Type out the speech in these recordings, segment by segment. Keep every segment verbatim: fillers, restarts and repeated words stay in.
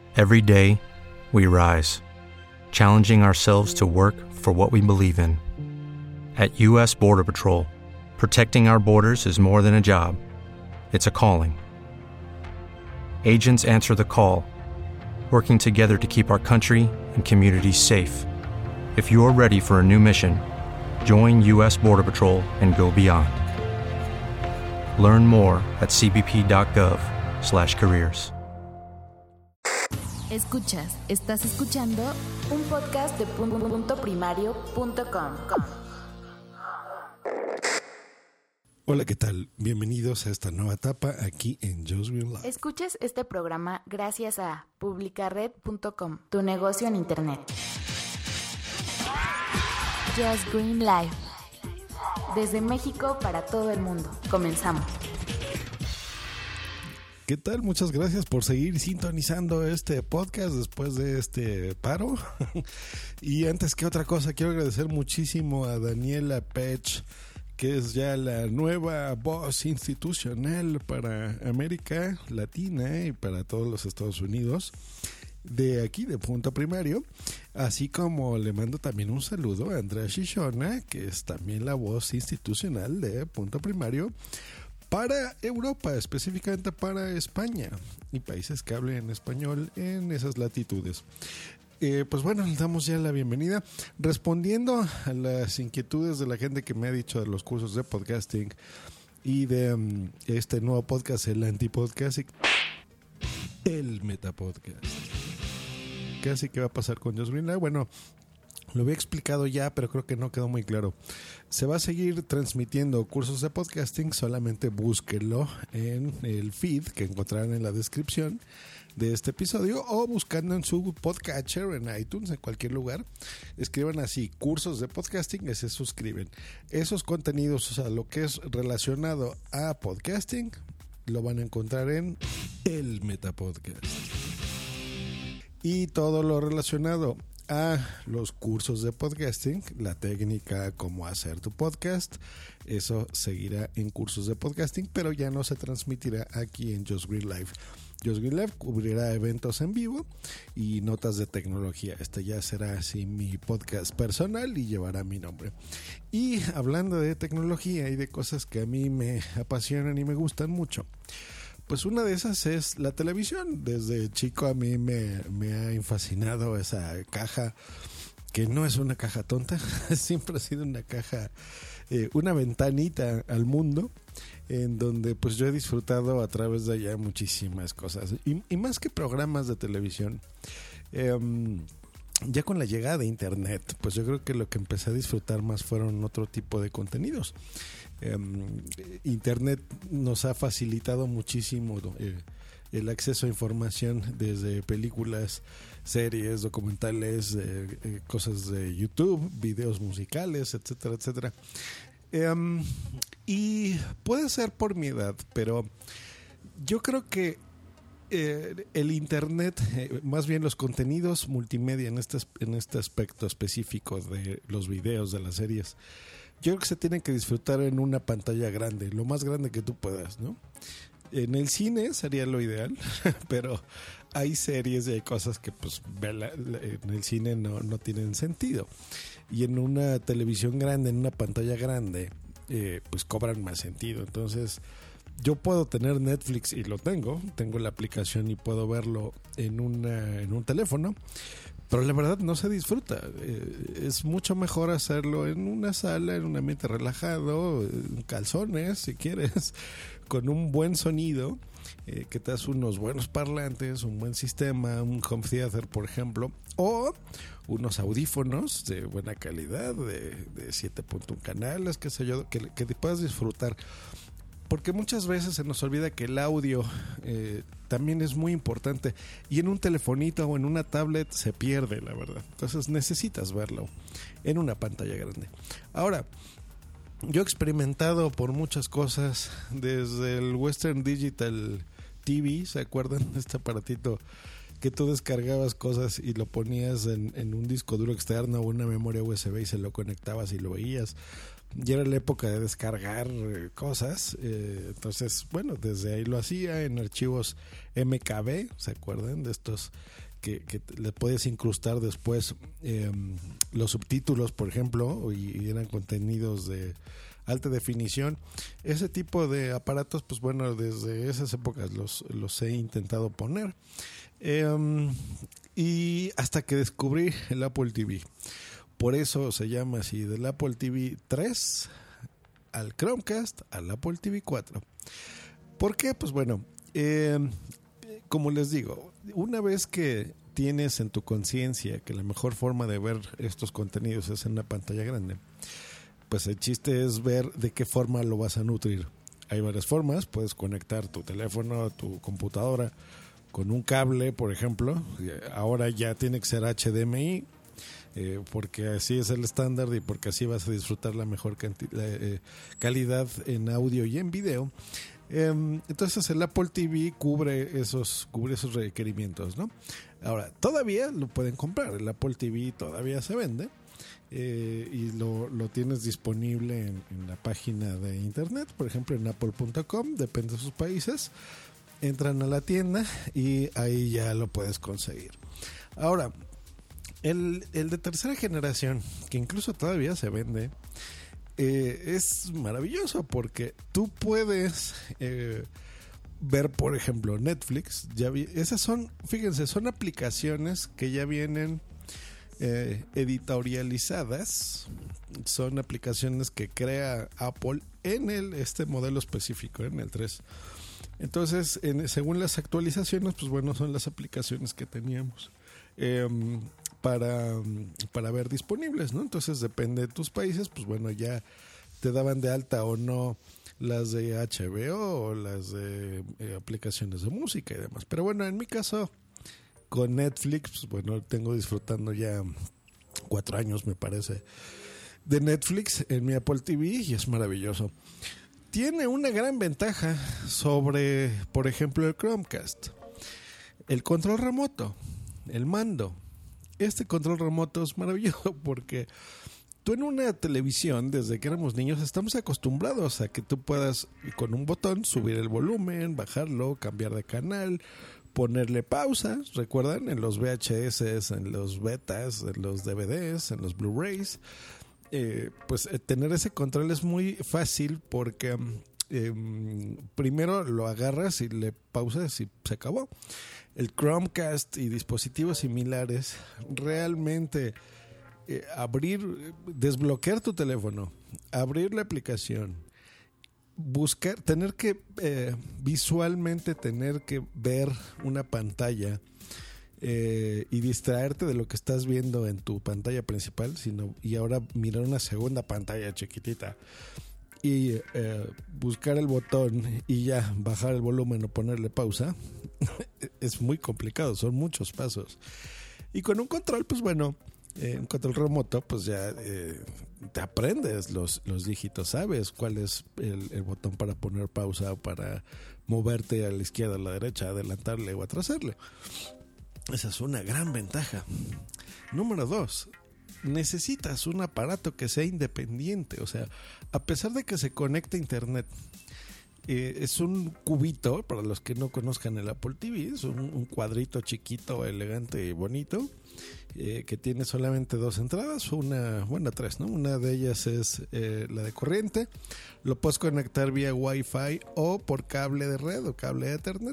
Every day, we rise, challenging ourselves to work for what we believe in. At U S Border Patrol, protecting our borders is more than a job. It's a calling. Agents answer the call, working together to keep our country and communities safe. If you are ready for a new mission, join U S Border Patrol and go beyond. Learn more at c b p dot gov slash careers. Escuchas, estás escuchando un podcast de punto primario punto com. Hola, ¿qué tal? Bienvenidos a esta nueva etapa aquí en Just Green Live. Escuchas este programa gracias a publicared punto com, tu negocio en internet. Just Green Live. Desde México para todo el mundo. Comenzamos. ¿Qué tal? Muchas gracias por seguir sintonizando este podcast después de este paro. Y antes que otra cosa, quiero agradecer muchísimo a Daniela Pech, que es ya la nueva voz institucional para América Latina y para todos los Estados Unidos, de aquí de Punto Primario, así como le mando también un saludo a Andrea Shishona, que es también la voz institucional de Punto Primario para Europa, específicamente para España y países que hablen español en esas latitudes. Eh, pues bueno, les damos ya la bienvenida, respondiendo a las inquietudes de la gente que me ha dicho de los cursos de podcasting y de um, este nuevo podcast, el Antipodcast, el Metapodcast. ¿Qué así que va a pasar con Just Green Live? Bueno, lo había explicado ya, pero creo que no quedó muy claro. Se va a seguir transmitiendo cursos de podcasting, solamente búsquenlo en el feed que encontrarán en la descripción de este episodio o buscando en su podcatcher, en iTunes, en cualquier lugar. Escriban así, cursos de podcasting, y se suscriben. Esos contenidos, o sea, lo que es relacionado a podcasting, lo van a encontrar en el Metapodcast. Y todo lo relacionado a los cursos de podcasting, la técnica, cómo hacer tu podcast, eso seguirá en cursos de podcasting, pero ya no se transmitirá aquí en Just Green Live. Just Green Live cubrirá eventos en vivo y notas de tecnología. Este ya será así mi podcast personal y llevará mi nombre. Y hablando de tecnología y de cosas que a mí me apasionan y me gustan mucho, pues una de esas es la televisión. Desde chico a mí me, me ha fascinado esa caja, que no es una caja tonta, siempre ha sido una caja, eh, una ventanita al mundo, en donde pues yo he disfrutado a través de allá muchísimas cosas. Y, y más que programas de televisión, eh, ya con la llegada de internet, pues yo creo que lo que empecé a disfrutar más fueron otro tipo de contenidos. Um, internet nos ha facilitado muchísimo eh, el acceso a información, desde películas, series, documentales, eh, eh, cosas de YouTube, videos musicales, etcétera, etcétera. Um, y puede ser por mi edad, pero yo creo que eh, el internet, eh, más bien los contenidos multimedia en este, en este aspecto específico de los videos, de las series, yo creo que se tienen que disfrutar en una pantalla grande, lo más grande que tú puedas, ¿no? En el cine sería lo ideal, pero hay series y hay cosas que pues en el cine no, no tienen sentido. Y en una televisión grande, en una pantalla grande, eh, pues cobran más sentido. Entonces, yo puedo tener Netflix, y lo tengo, tengo la aplicación y puedo verlo en, una, en un teléfono, pero la verdad no se disfruta. Eh, es mucho mejor hacerlo en una sala, en un ambiente relajado, en calzones si quieres, con un buen sonido, eh, que te das unos buenos parlantes, un buen sistema, un home theater por ejemplo, o unos audífonos de buena calidad, de, de siete punto uno canales, qué sé yo, que, que te puedas disfrutar. Porque muchas veces se nos olvida que el audio eh, también es muy importante, y en un telefonito o en una tablet se pierde, la verdad. Entonces necesitas verlo en una pantalla grande. Ahora, yo he experimentado por muchas cosas, desde el Western Digital T V, ¿se acuerdan? Este aparatito que tú descargabas cosas y lo ponías en, en un disco duro externo o una memoria U S B y se lo conectabas y lo veías. Y era la época de descargar eh, cosas, eh, entonces, bueno, desde ahí lo hacía en archivos M K B, ¿se acuerdan de estos que, que le puedes incrustar después eh, los subtítulos, por ejemplo, y, y eran contenidos de alta definición? Ese tipo de aparatos, pues bueno, desde esas épocas los, los he intentado poner, eh, y hasta que descubrí el Apple T V. Por eso se llama así, del Apple T V tres al Chromecast al Apple T V cuatro. ¿Por qué? Pues bueno, eh, como les digo, una vez que tienes en tu conciencia que la mejor forma de ver estos contenidos es en una pantalla grande, pues el chiste es ver de qué forma lo vas a nutrir. Hay varias formas, puedes conectar tu teléfono, tu computadora con un cable, por ejemplo. Ahora ya tiene que ser H D M I, Eh, porque así es el estándar y porque así vas a disfrutar la mejor canti- la, eh, calidad en audio y en video. Eh, entonces el Apple T V cubre esos, cubre esos requerimientos, ¿no? Ahora, todavía lo pueden comprar, el Apple T V todavía se vende, eh, y lo, lo tienes disponible en, en la página de internet, por ejemplo en apple punto com, depende de sus países. Entran a la tienda y ahí ya lo puedes conseguir. Ahora, El, el de tercera generación, que incluso todavía se vende, eh, es maravilloso porque tú puedes eh, ver, por ejemplo, Netflix. Ya vi, esas son, fíjense, son aplicaciones que ya vienen eh, editorializadas. Son aplicaciones que crea Apple en el este modelo específico, en el tres. Entonces, en, según las actualizaciones, pues bueno, son las aplicaciones que teníamos Eh, para, para ver disponibles, ¿no? Entonces depende de tus países, pues bueno, ya te daban de alta o no las de H B O o las de eh, aplicaciones de música y demás. Pero bueno, en mi caso, con Netflix, pues bueno, tengo disfrutando ya cuatro años, me parece, de Netflix en mi Apple T V y es maravilloso. Tiene una gran ventaja sobre, por ejemplo, el Chromecast. El control remoto, el mando. Este control remoto es maravilloso porque tú en una televisión, desde que éramos niños, estamos acostumbrados a que tú puedas con un botón subir el volumen, bajarlo, cambiar de canal, ponerle pausa. ¿Recuerdan? En los V H S, en los betas, en los D V Ds, en los Blu-rays. Eh, pues eh, tener ese control es muy fácil porque eh, primero lo agarras y le pausas y se acabó. El Chromecast y dispositivos similares, realmente eh, abrir, desbloquear tu teléfono, abrir la aplicación, buscar, tener que eh, visualmente tener que ver una pantalla eh, y distraerte de lo que estás viendo en tu pantalla principal, sino y ahora mirar una segunda pantalla chiquitita y eh, buscar el botón y ya bajar el volumen o ponerle pausa es muy complicado, son muchos pasos. Y con un control, pues bueno, eh, un control remoto, pues ya eh, te aprendes los, los dígitos, sabes cuál es el, el botón para poner pausa o para moverte a la izquierda, a la derecha, adelantarle o atrasarle. Esa es una gran ventaja. Número dos, necesitas un aparato que sea independiente, o sea, a pesar de que se conecte a internet, eh, es un cubito, para los que no conozcan el Apple T V, es un, un cuadrito chiquito, elegante y bonito, eh, que tiene solamente dos entradas, una, bueno, tres, ¿no? Una de ellas es eh, la de corriente, lo puedes conectar vía Wi-Fi o por cable de red o cable de Ethernet,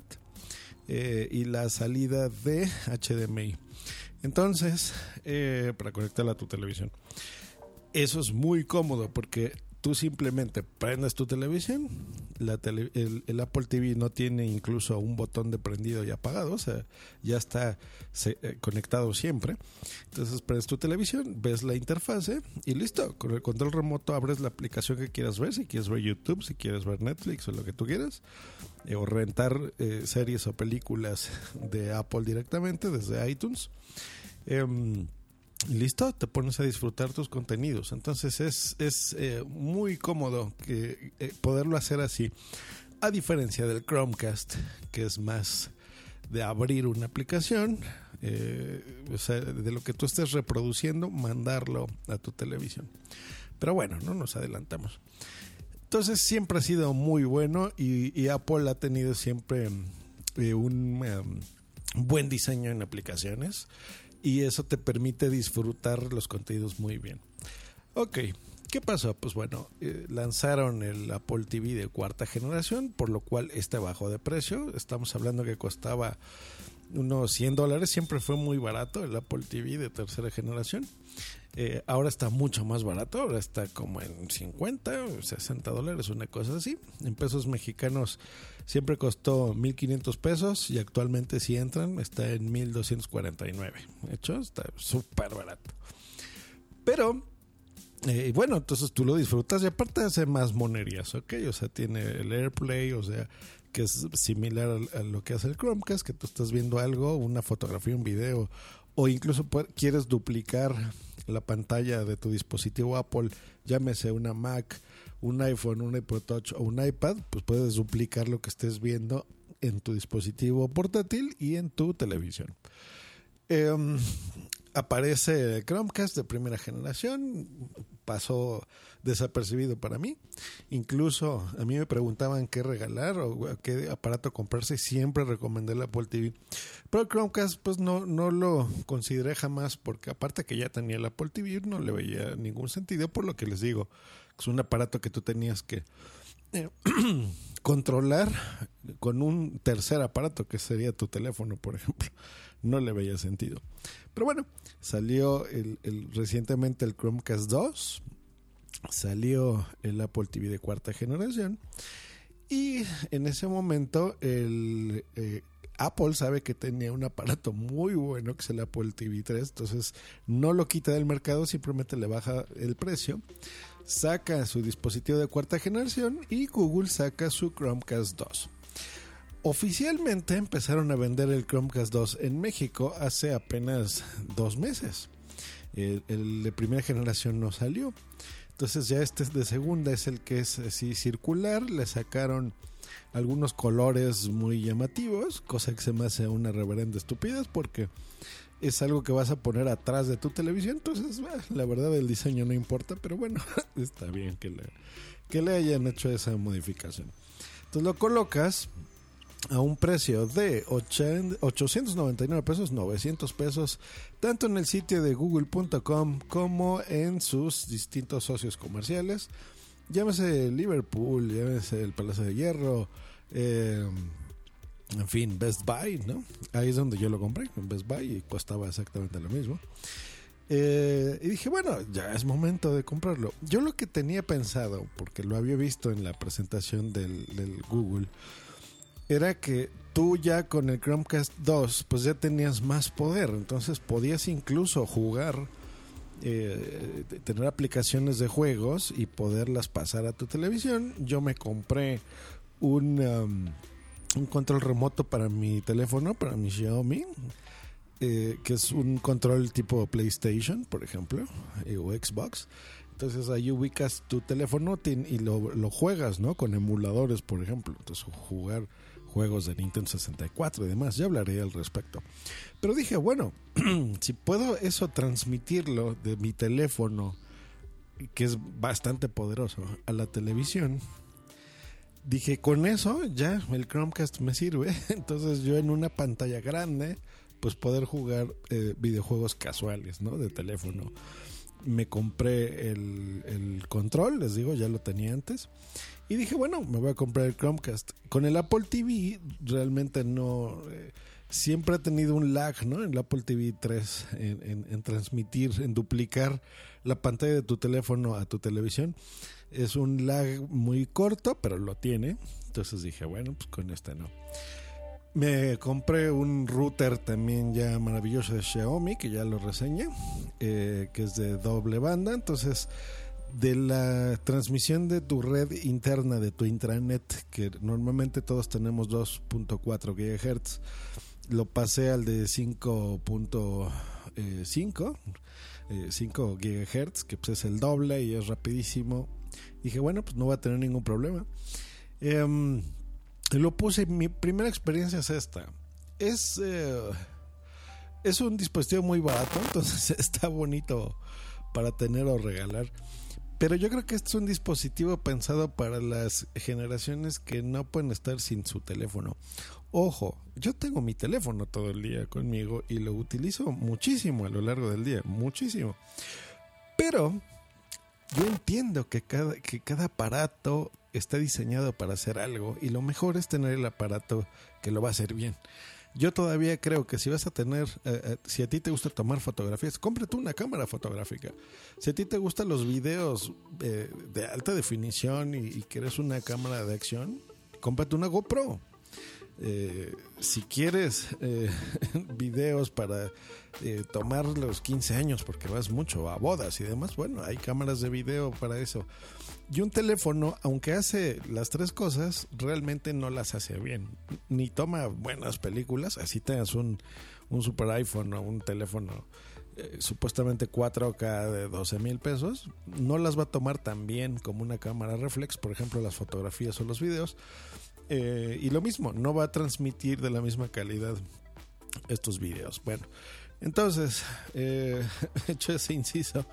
eh, y la salida de H D M I. Entonces, eh, para conectarla a tu televisión. Eso es muy cómodo porque tú simplemente prendes tu televisión, la tele, el, el Apple T V no tiene incluso un botón de prendido y apagado, o sea, ya está se, eh, conectado siempre. Entonces prendes tu televisión, ves la interfase y listo. Con el control remoto abres la aplicación que quieras ver, si quieres ver YouTube, si quieres ver Netflix o lo que tú quieras, eh, o rentar eh, series o películas de Apple directamente desde iTunes. Eh, Listo, te pones a disfrutar tus contenidos. Entonces es, es eh, muy cómodo que, eh, poderlo hacer así. A diferencia del Chromecast, que es más de abrir una aplicación, eh, o sea, de lo que tú estés reproduciendo, mandarlo a tu televisión. Pero bueno, no nos adelantamos. Entonces siempre ha sido muy bueno y, y Apple ha tenido siempre eh, un um, buen diseño en aplicaciones y eso te permite disfrutar los contenidos muy bien. Ok, ¿qué pasó? Pues bueno, eh, lanzaron el Apple T V de cuarta generación, por lo cual este bajó de precio. Estamos hablando que costaba unos cien dólares, siempre fue muy barato el Apple T V de tercera generación. Eh, ahora está mucho más barato, ahora está como en cincuenta o sesenta dólares, una cosa así. En pesos mexicanos siempre costó mil quinientos pesos y actualmente si entran está en mil doscientos cuarenta y nueve. De hecho, está súper barato. Pero, eh, bueno, entonces tú lo disfrutas y aparte hace más monerías, ¿ok? O sea, tiene el AirPlay, o sea, que es similar a, a lo que hace el Chromecast, que tú estás viendo algo, una fotografía, un video, o incluso puede, quieres duplicar la pantalla de tu dispositivo Apple, llámese una Mac, un iPhone, un iPod Touch o un iPad, pues puedes duplicar lo que estés viendo en tu dispositivo portátil y en tu televisión. Eh, aparece el Chromecast de primera generación, pasó desapercibido para mí. Incluso a mí me preguntaban qué regalar o qué aparato comprarse y siempre recomendé el Apple T V. Pero el Chromecast pues no, no lo consideré jamás porque aparte que ya tenía el Apple T V no le veía ningún sentido, por lo que les digo, es un aparato que tú tenías que eh, controlar con un tercer aparato que sería tu teléfono, por ejemplo. No le veía sentido. Pero bueno, salió el, el, recientemente el Chromecast dos, salió el Apple T V de cuarta generación y en ese momento el eh, Apple sabe que tenía un aparato muy bueno que es el Apple T V tres, entonces no lo quita del mercado, simplemente le baja el precio, saca su dispositivo de cuarta generación y Google saca su Chromecast dos. Oficialmente empezaron a vender el Chromecast dos en México hace apenas dos meses. El, el de primera generación no salió. Entonces ya este de segunda es el que es así circular. Le sacaron algunos colores muy llamativos, cosa que se me hace una reverenda estupidez porque es algo que vas a poner atrás de tu televisión. Entonces la verdad el diseño no importa, pero bueno, está bien que le, que le hayan hecho esa modificación. Entonces lo colocas a un precio de ochocientos noventa y nueve pesos, novecientos pesos, tanto en el sitio de google punto com como en sus distintos socios comerciales, llámese Liverpool, llámese el Palacio de Hierro, eh, en fin, Best Buy, ¿no? Ahí es donde yo lo compré, en Best Buy, y costaba exactamente lo mismo. Eh, y dije, bueno, ya es momento de comprarlo. Yo lo que tenía pensado, porque lo había visto en la presentación del, del Google, era que tú ya con el Chromecast dos pues ya tenías más poder, entonces podías incluso jugar, eh, tener aplicaciones de juegos y poderlas pasar a tu televisión. Yo me compré un, um, un control remoto para mi teléfono, para mi Xiaomi, eh, que es un control tipo PlayStation, por ejemplo, eh, o Xbox. Entonces ahí ubicas tu teléfono y lo, lo juegas, ¿no? Con emuladores, por ejemplo. Entonces jugar juegos de Nintendo sesenta y cuatro y demás, ya hablaré al respecto. Pero dije, bueno, si puedo eso transmitirlo de mi teléfono, que es bastante poderoso, a la televisión, dije, con eso ya el Chromecast me sirve. Entonces yo en una pantalla grande, pues poder jugar eh, videojuegos casuales, ¿no? De teléfono. Me compré el, el control, les digo, ya lo tenía antes. Y dije, bueno, me voy a comprar el Chromecast. Con el Apple T V realmente no... Eh, siempre ha tenido un lag, ¿no? En el Apple T V tres en, en, en transmitir, en duplicar la pantalla de tu teléfono a tu televisión. Es un lag muy corto, pero lo tiene. Entonces dije, bueno, pues con este no. Me compré un router también ya maravilloso de Xiaomi, que ya lo reseñé, eh, que es de doble banda. Entonces, de la transmisión de tu red interna, de tu intranet, que normalmente todos tenemos dos punto cuatro gigahertz, lo pasé al de cinco punto cinco, eh, cinco gigahertz, que pues es el doble y es rapidísimo. Dije, bueno, pues no va a tener ningún problema. Eh, Lo puse, mi primera experiencia es esta. es, eh, es un dispositivo muy barato, entonces está bonito para tener o regalar. Pero yo creo que este es un dispositivo pensado para las generaciones que no pueden estar sin su teléfono. Ojo, yo tengo mi teléfono todo el día conmigo y lo utilizo muchísimo a lo largo del día, muchísimo. Pero yo entiendo que cada, que cada aparato está diseñado para hacer algo y lo mejor es tener el aparato que lo va a hacer bien. Yo todavía creo que si vas a tener, eh, eh, si a ti te gusta tomar fotografías, cómprate una cámara fotográfica. Si a ti te gustan los videos eh, de alta definición y, y quieres una cámara de acción, cómprate una GoPro. Eh, si quieres eh, videos para eh, tomar los quince años porque vas mucho a bodas y demás, bueno, hay cámaras de video para eso. Y un teléfono, aunque hace las tres cosas, realmente no las hace bien. Ni toma buenas películas, así tengas un, un super iPhone o un teléfono eh, supuestamente cuatro K de doce mil pesos, no las va a tomar tan bien como una cámara reflex, por ejemplo las fotografías o los videos. Eh, y lo mismo, no va a transmitir de la misma calidad estos videos. Bueno, entonces, eh, hecho ese inciso,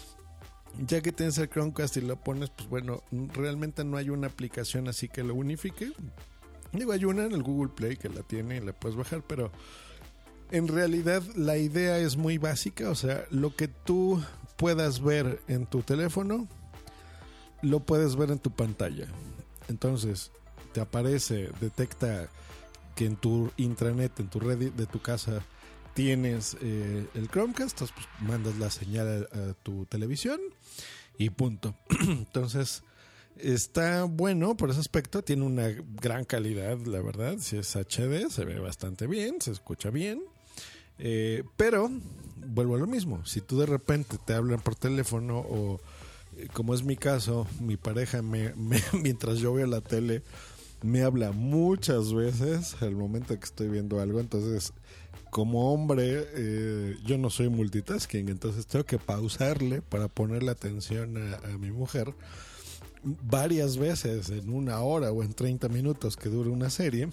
ya que tienes el Chromecast y lo pones, pues bueno, realmente no hay una aplicación así que lo unifique. Digo, hay una en el Google Play que la tiene y la puedes bajar, pero en realidad la idea es muy básica. O sea, lo que tú puedas ver en tu teléfono, lo puedes ver en tu pantalla. Entonces, te aparece, detecta que en tu intranet, en tu red de tu casa, tienes eh, el Chromecast, entonces pues, mandas la señal a, a tu televisión y punto. Entonces está bueno por ese aspecto, tiene una gran calidad, la verdad. Si es H D, se ve bastante bien, se escucha bien, eh, pero vuelvo a lo mismo. Si tú de repente te hablan por teléfono o eh, como es mi caso, mi pareja me, me mientras yo veo la tele me habla muchas veces al momento que estoy viendo algo, entonces como hombre eh, yo no soy multitasking, entonces tengo que pausarle para ponerle atención a, a mi mujer varias veces en una hora o en treinta minutos que dure una serie.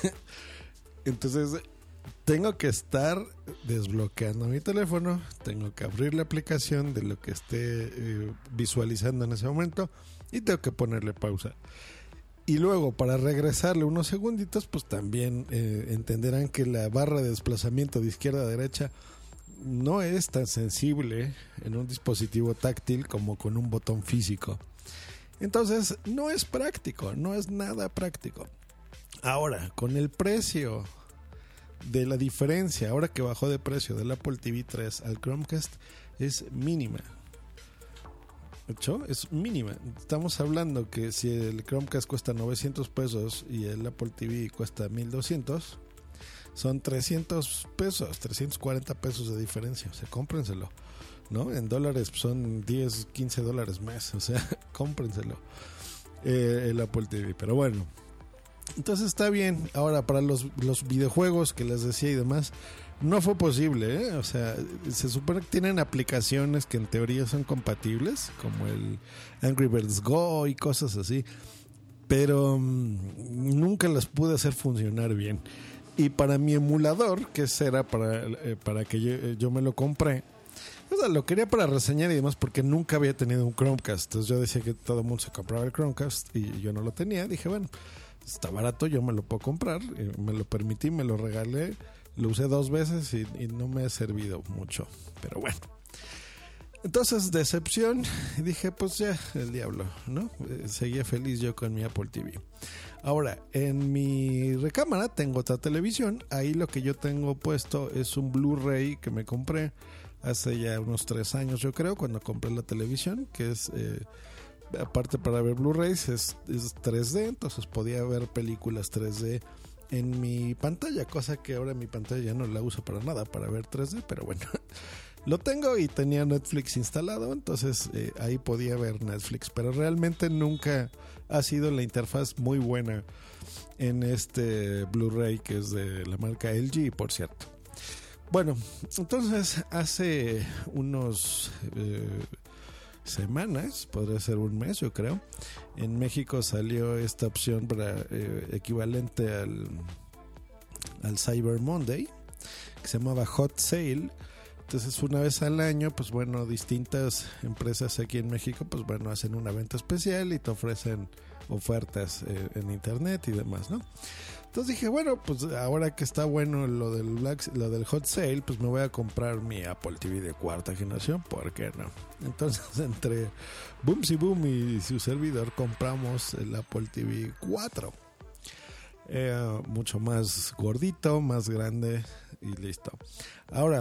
Entonces tengo que estar desbloqueando mi teléfono, tengo que abrir la aplicación de lo que esté eh, visualizando en ese momento y tengo que ponerle pausa. Y luego, para regresarle unos segunditos, pues también eh, entenderán que la barra de desplazamiento de izquierda a derecha no es tan sensible en un dispositivo táctil como con un botón físico. Entonces, no es práctico, no es nada práctico. Ahora, con el precio de la diferencia, ahora que bajó de precio del Apple T V tres al Chromecast, es mínima. ¿Hecho? Es mínima. Estamos hablando que si el Chromecast cuesta novecientos pesos y el Apple T V cuesta mil doscientos, son trescientos pesos, trescientos cuarenta pesos de diferencia. O sea, cómprenselo, ¿no? En dólares son diez, quince dólares más. O sea, cómprenselo eh, el Apple T V. Pero bueno, entonces está bien. Ahora, para los, los videojuegos que les decía y demás, no fue posible, ¿eh? O sea, se supone que tienen aplicaciones que en teoría son compatibles, como el Angry Birds Go y cosas así, pero um, nunca las pude hacer funcionar bien. Y para mi emulador, que era para, eh, para que yo, yo me lo compré, o sea, lo quería para reseñar y demás porque nunca había tenido un Chromecast. Entonces yo decía que todo el mundo se compraba el Chromecast y yo no lo tenía. Dije, bueno, está barato, yo me lo puedo comprar. Y me lo permití, me lo regalé. Lo usé dos veces y, y no me ha servido mucho. Pero bueno. Entonces, decepción. Dije, pues ya, el diablo, ¿no? Eh, seguía feliz yo con mi Apple T V. Ahora, en mi recámara tengo otra televisión. Ahí lo que yo tengo puesto es un Blu-ray que me compré hace ya unos tres años, yo creo, cuando compré la televisión, que es... Eh, aparte para ver Blu-rays, es, es tres D, entonces podía ver películas tres D en mi pantalla, cosa que ahora mi pantalla ya no la uso para nada, para ver tres D, pero bueno, lo tengo y tenía Netflix instalado, entonces eh, ahí podía ver Netflix, pero realmente nunca ha sido la interfaz muy buena en este Blu-ray que es de la marca L G, por cierto. Bueno, entonces hace unos... Eh, semanas, podría ser un mes yo creo, en México salió esta opción para eh, equivalente al al Cyber Monday, que se llamaba Hot Sale. Entonces una vez al año, pues bueno, distintas empresas aquí en México, pues bueno, hacen una venta especial y te ofrecen ofertas eh, en internet y demás, ¿no? Entonces dije, bueno, pues ahora que está bueno lo del Black, lo del Hot Sale, pues me voy a comprar mi Apple T V de cuarta generación, ¿por qué no? Entonces entre Boomsy Boom y su servidor compramos el Apple T V cuatro. Eh, mucho más gordito, más grande y listo. Ahora,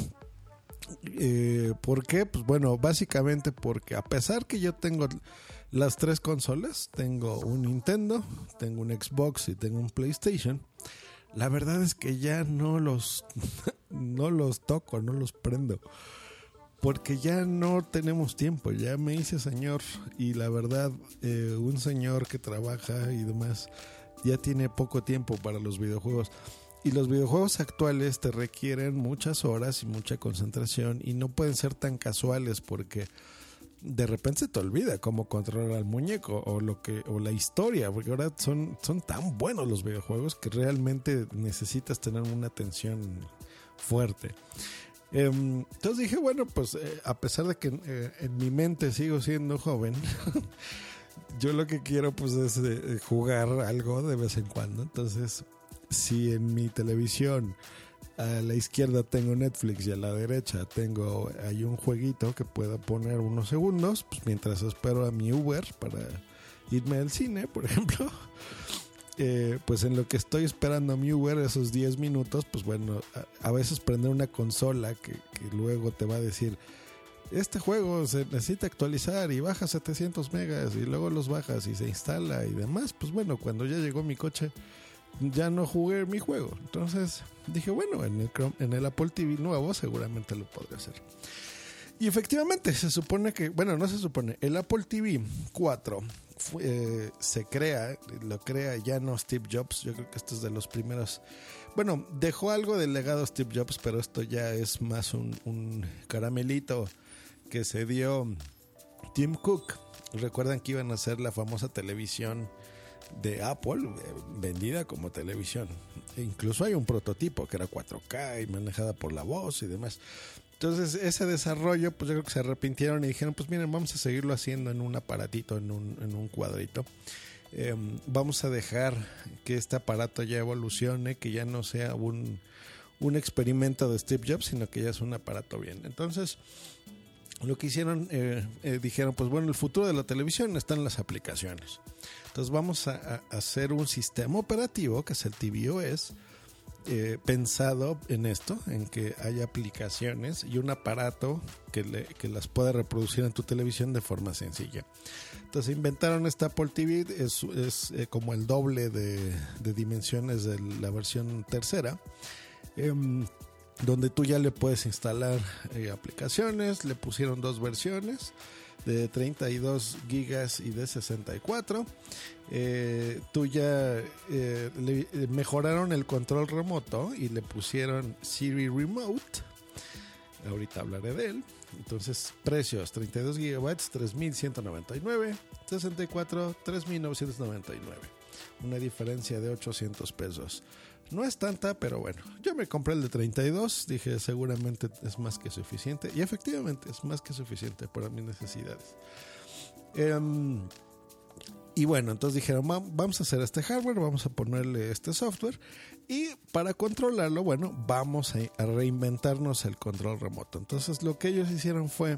eh, ¿por qué? Pues bueno, básicamente porque a pesar que yo tengo las tres consolas, tengo un Nintendo, tengo un Xbox y tengo un PlayStation, la verdad es que ya no los no los toco, no los prendo, porque ya no tenemos tiempo, ya me hice señor y la verdad eh, un señor que trabaja y demás ya tiene poco tiempo para los videojuegos. Y los videojuegos actuales te requieren muchas horas y mucha concentración y no pueden ser tan casuales porque de repente se te olvida cómo controlar al muñeco o lo que o la historia, porque ahora son, son tan buenos los videojuegos que realmente necesitas tener una atención fuerte. Eh, entonces dije, bueno, pues eh, a pesar de que eh, en mi mente sigo siendo joven, yo lo que quiero pues es eh, jugar algo de vez en cuando. Entonces, si en mi televisión a la izquierda tengo Netflix y a la derecha tengo hay un jueguito que pueda poner unos segundos, pues mientras espero a mi Uber para irme al cine, por ejemplo, eh, pues en lo que estoy esperando a mi Uber esos diez minutos, pues bueno, a, a veces prender una consola que, que luego te va a decir este juego se necesita actualizar y baja setecientos megas y luego los bajas y se instala y demás, pues bueno, cuando ya llegó mi coche ya no jugué mi juego. Entonces dije, bueno, en el, en el Apple T V nuevo seguramente lo podré hacer. Y efectivamente, se supone que, bueno, no se supone, el Apple T V cuatro fue, eh, se crea, lo crea ya no Steve Jobs. Yo creo que esto es de los primeros. Bueno, dejó algo del legado Steve Jobs, pero esto ya es más un, un caramelito que se dio Tim Cook. Recuerdan que iban a hacer la famosa televisión de Apple, eh, vendida como televisión. E incluso hay un prototipo que era cuatro K y manejada por la voz y demás. Entonces ese desarrollo, pues yo creo que se arrepintieron y dijeron, pues miren, vamos a seguirlo haciendo en un aparatito, en un, en un cuadrito. Eh, vamos a dejar que este aparato ya evolucione, que ya no sea un, un experimento de Steve Jobs, sino que ya es un aparato bien. Entonces lo que hicieron, eh, eh, dijeron, pues bueno, el futuro de la televisión está en las aplicaciones. Entonces vamos a, a hacer un sistema operativo, que es el tvOS, eh, pensado en esto, en que haya aplicaciones y un aparato que, le, que las pueda reproducir en tu televisión de forma sencilla. Entonces inventaron esta Apple T V, es, es eh, como el doble de, de dimensiones de la versión tercera, eh, donde tú ya le puedes instalar eh, aplicaciones. Le pusieron dos versiones, de treinta y dos gigas y de sesenta y cuatro. Eh, tú ya eh, le mejoraron el control remoto y le pusieron Siri Remote. Ahorita hablaré de él. Entonces, precios: treinta y dos gigabytes, tres mil ciento noventa y nueve, sesenta y cuatro, tres mil novecientos noventa y nueve. Una diferencia de ochocientos pesos. No es tanta, pero bueno, yo me compré el de treinta y dos, dije seguramente es más que suficiente, y efectivamente es más que suficiente para mis necesidades. Um, y bueno, entonces dijeron, vamos a hacer este hardware, vamos a ponerle este software, y para controlarlo, bueno, vamos a, a reinventarnos el control remoto. Entonces lo que ellos hicieron fue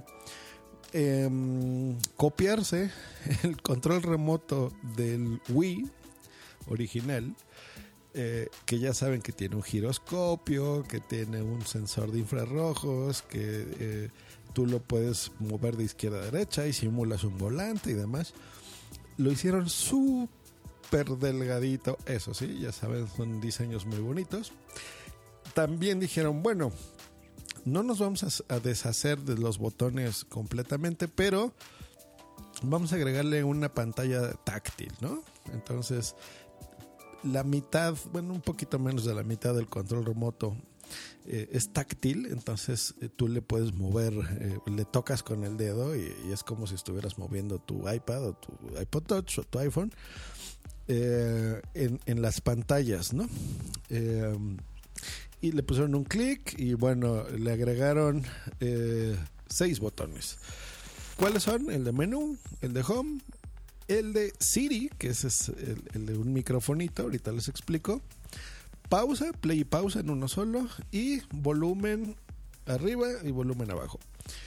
um, copiarse el control remoto del Wii original, Eh, que ya saben que tiene un giroscopio, que tiene un sensor de infrarrojos, que eh, tú lo puedes mover de izquierda a derecha y simulas un volante y demás. Lo hicieron súper delgadito, eso sí, ya saben, son diseños muy bonitos. También dijeron, bueno, no nos vamos a, a deshacer de los botones completamente, pero vamos a agregarle una pantalla táctil, ¿no? Entonces, la mitad, bueno, un poquito menos de la mitad del control remoto eh, es táctil, entonces eh, tú le puedes mover, eh, le tocas con el dedo y, y es como si estuvieras moviendo tu iPad o tu iPod Touch o tu iPhone. eh, en, en las pantallas, ¿no? Eh, y le pusieron un clic y bueno, le agregaron eh, seis botones. ¿Cuáles son? El de menú, el de home, el de Siri, que ese es el, el de un microfonito, ahorita les explico. Pausa, play y pausa en uno solo, y volumen arriba y volumen abajo.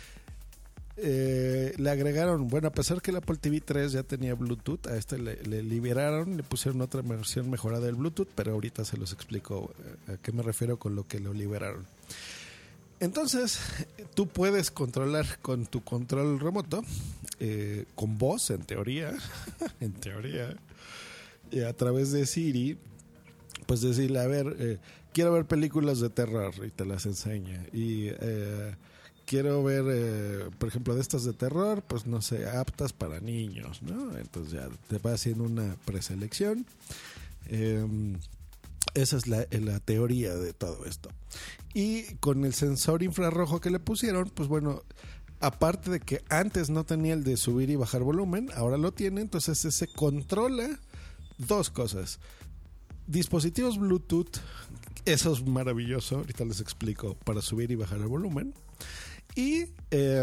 Eh, le agregaron, bueno, a pesar que el Apple T V tres ya tenía Bluetooth, a este le, le liberaron, le pusieron otra versión mejorada del Bluetooth, pero ahorita se los explico a qué me refiero con lo que lo liberaron. Entonces, tú puedes controlar con tu control remoto, eh, con voz, en teoría, en teoría, eh, a través de Siri, pues decirle, a ver, eh, quiero ver películas de terror, y te las enseña, y eh, quiero ver, eh, por ejemplo, de estas de terror, pues no sé, aptas para niños, ¿no? Entonces ya te va haciendo una preselección. Eh, esa es la, la teoría de todo esto. Y con el sensor infrarrojo que le pusieron, pues bueno, aparte de que antes no tenía el de subir y bajar volumen, ahora lo tiene, entonces se controla dos cosas. Dispositivos Bluetooth, eso es maravilloso, ahorita les explico, para subir y bajar el volumen. Y eh,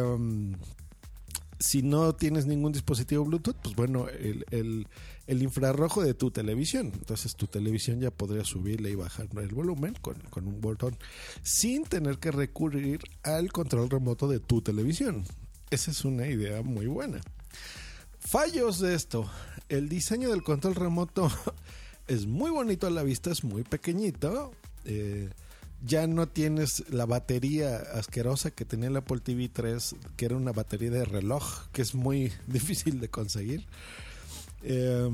si no tienes ningún dispositivo Bluetooth, pues bueno, el, el, el infrarrojo de tu televisión. Entonces tu televisión ya podría subirle y bajar el volumen con, con un botón, sin tener que recurrir al control remoto de tu televisión. Esa es una idea muy buena. Fallos de esto: el diseño del control remoto es muy bonito a la vista, es muy pequeñito. Eh, ya no tienes la batería asquerosa que tenía el Apple T V tres, que era una batería de reloj, que es muy difícil de conseguir. Eh,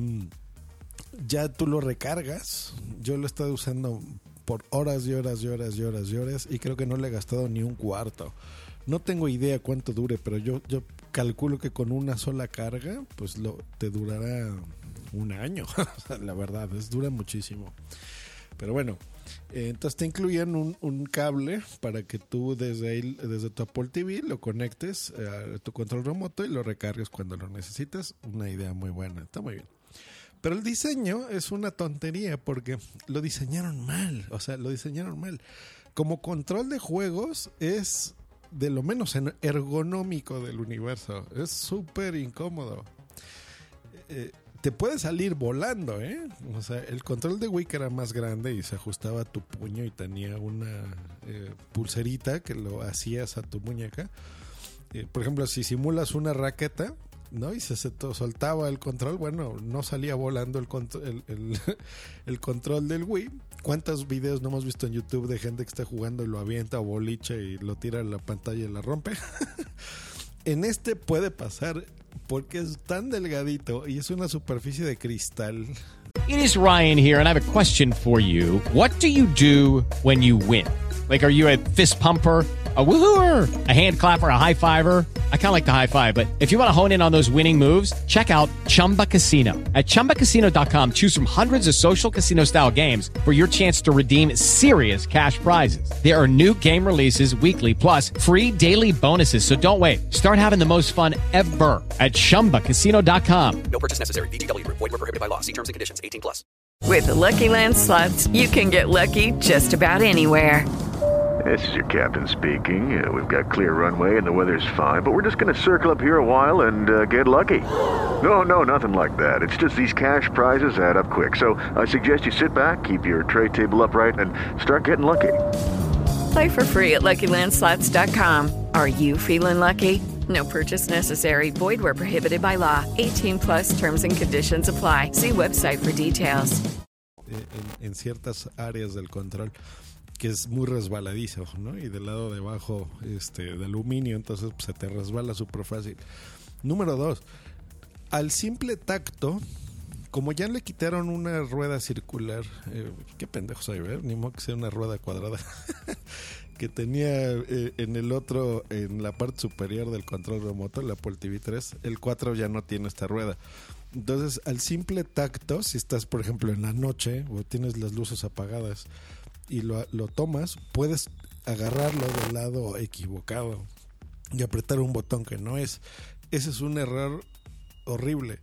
ya tú lo recargas. Yo lo he estado usando por horas y horas y horas y horas y horas, y creo que no le he gastado ni un cuarto. No tengo idea cuánto dure, pero yo, yo calculo que con una sola carga, pues lo, te durará un año. La verdad, es dura muchísimo. Pero bueno, eh, entonces te incluyen un, un cable para que tú desde ahí, desde tu Apple T V, lo conectes a tu control remoto y lo recargues cuando lo necesites. Una idea muy buena, está muy bien. Pero el diseño es una tontería porque lo diseñaron mal, o sea, lo diseñaron mal. Como control de juegos es de lo menos ergonómico del universo, es súper incómodo. Eh, te puede salir volando, ¿eh? O sea, el control de Wii era más grande y se ajustaba a tu puño y tenía una eh, pulserita que lo hacías a tu muñeca. Eh, por ejemplo, si simulas una raqueta, ¿no? Y se, se soltaba el control, bueno, no salía volando el, contro- el, el, el control del Wii. ¿Cuántos videos no hemos visto en YouTube de gente que está jugando y lo avienta o boliche y lo tira a la pantalla y la rompe? En este puede pasar porque es tan delgadito y es una superficie de cristal. It is Ryan here, and I have a question for you. What do you do when you win? Like, are you a fist pumper, a woohooer, a hand clapper, a high fiver? I kind of like the high five, but if you want to hone in on those winning moves, check out Chumba Casino. At chumba casino dot com, choose from hundreds of social casino style games for your chance to redeem serious cash prizes. There are new game releases weekly, plus free daily bonuses. So don't wait. Start having the most fun ever at chumba casino dot com. No purchase necessary. V G W Group. Void where prohibited by law. See terms and conditions. eighteen plus. With the Lucky Land Slots, you can get lucky just about anywhere. This is your captain speaking. Uh, we've got clear runway and the weather's fine, but we're just going to circle up here a while and uh, get lucky. No, no, nothing like that. It's just these cash prizes add up quick. So I suggest you sit back, keep your tray table upright, and start getting lucky. Play for free at lucky land slots dot com. Are you feeling lucky? No purchase necessary. Void where prohibited by law. eighteen plus terms and conditions apply. See website for details. En, en ciertas áreas del control, que es muy resbaladizo, ¿no? Y del lado de abajo, este, de aluminio, entonces pues, se te resbala súper fácil. Número dos, al simple tacto, como ya le quitaron una rueda circular, eh, qué pendejos hay, ¿ver? Ni modo que sea una rueda cuadrada, que tenía eh, en el otro, en la parte superior del control remoto, el Apple T V tres, el cuatro ya no tiene esta rueda. Entonces, al simple tacto, si estás, por ejemplo, en la noche o tienes las luces apagadas, y lo, lo tomas, puedes agarrarlo del lado equivocado y apretar un botón que no es. Ese es un error horrible.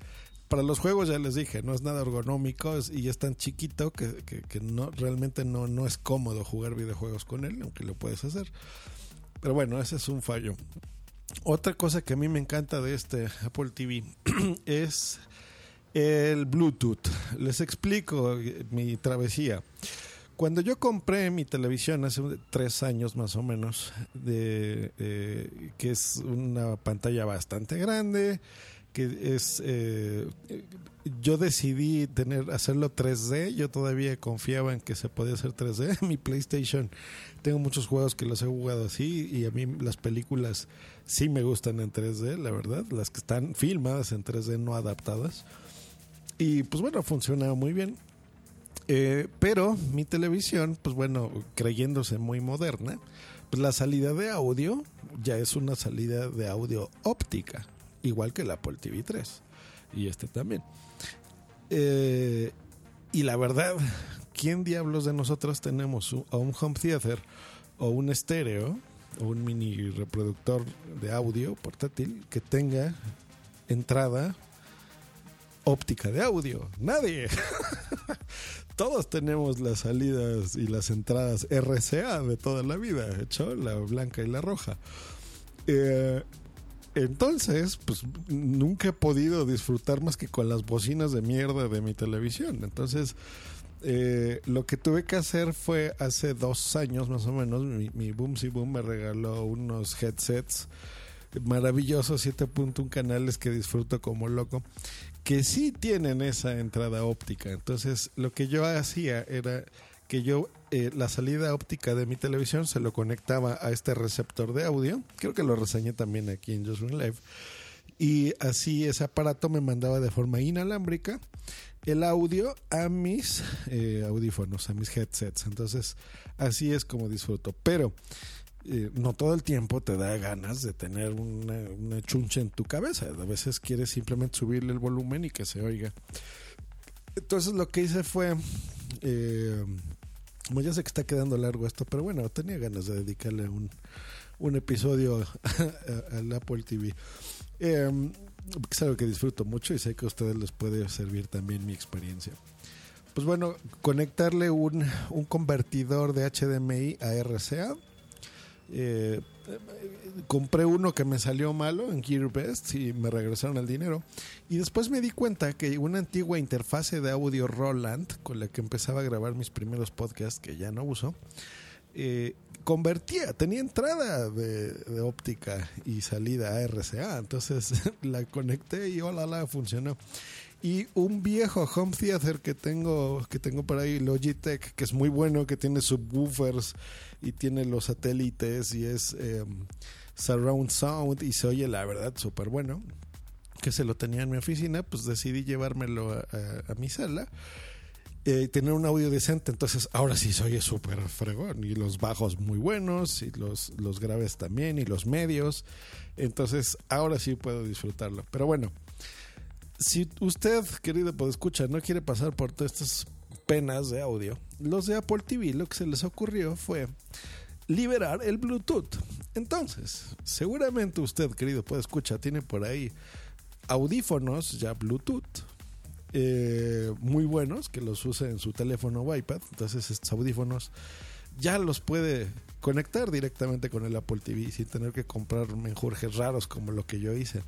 Para los juegos ya les dije, no es nada ergonómico es, y es tan chiquito que, que, que no, realmente no, no es cómodo jugar videojuegos con él, aunque lo puedes hacer. Pero bueno, ese es un fallo. Otra cosa que a mí me encanta de este Apple T V es el Bluetooth. Les explico mi travesía. Cuando yo compré mi televisión hace tres años más o menos, de, eh, que es una pantalla bastante grande, que es eh, yo decidí tener hacerlo tres D. Yo todavía confiaba en que se podía hacer tres D. Mi PlayStation, tengo muchos juegos que los he jugado así, y a mí las películas sí me gustan en tres D, la verdad, las que están filmadas en tres D, no adaptadas. Y pues bueno, funciona muy bien. Eh, pero mi televisión, pues bueno, creyéndose muy moderna, pues la salida de audio ya es una salida de audio óptica, igual que el Apple T V tres y este también. Eh, y la verdad, ¿quién diablos de nosotros tenemos un, un home theater o un estéreo o un mini reproductor de audio portátil que tenga entrada óptica de audio? Nadie. Todos tenemos las salidas y las entradas R C A de toda la vida, hecho la blanca y la roja. Eh, entonces, pues nunca he podido disfrutar más que con las bocinas de mierda de mi televisión. Entonces, eh, lo que tuve que hacer fue hace dos años más o menos, mi, mi Boomsy Boom me regaló unos headsets maravillosos, siete punto uno canales que disfruto como loco, que sí tienen esa entrada óptica. Entonces lo que yo hacía era que yo eh, la salida óptica de mi televisión se lo conectaba a este receptor de audio. Creo que lo reseñé también aquí en Just One Live, y así ese aparato me mandaba de forma inalámbrica el audio a mis eh, audífonos, a mis headsets. Entonces así es como disfruto, pero Eh, no todo el tiempo te da ganas de tener una, una chuncha en tu cabeza. A veces quieres simplemente subirle el volumen y que se oiga. Entonces lo que hice fue, eh, como ya sé que está quedando largo esto, pero bueno, tenía ganas de dedicarle un, un episodio al Apple T V. Eh, es algo que disfruto mucho y sé que a ustedes les puede servir también mi experiencia. Pues bueno, conectarle un, un convertidor de H D M I a R C A. Eh, compré uno que me salió malo en GearBest y me regresaron el dinero, y después me di cuenta que una antigua interfase de audio Roland con la que empezaba a grabar mis primeros podcasts, que ya no uso, eh, convertía, tenía entrada de, de óptica y salida a R C A. Entonces la conecté y hola, la funcionó. Y un viejo home theater que tengo que tengo por ahí, Logitech, que es muy bueno, que tiene subwoofers y tiene los satélites y es eh, surround sound y se oye la verdad súper bueno, que se lo tenía en mi oficina. Pues decidí llevármelo a, a, a mi sala y eh, tener un audio decente. Entonces ahora sí se oye súper fregón, y los bajos muy buenos y los, los graves también y los medios. Entonces ahora sí puedo disfrutarlo. Pero bueno, si usted, querido podescucha, no quiere pasar por todas estas penas de audio, los de Apple T V lo que se les ocurrió fue liberar el Bluetooth. Entonces, seguramente usted, querido podescucha, tiene por ahí audífonos ya Bluetooth eh, muy buenos, que los use en su teléfono o iPad. Entonces estos audífonos ya los puede conectar directamente con el Apple T V sin tener que comprar menjurjes raros como lo que yo hice.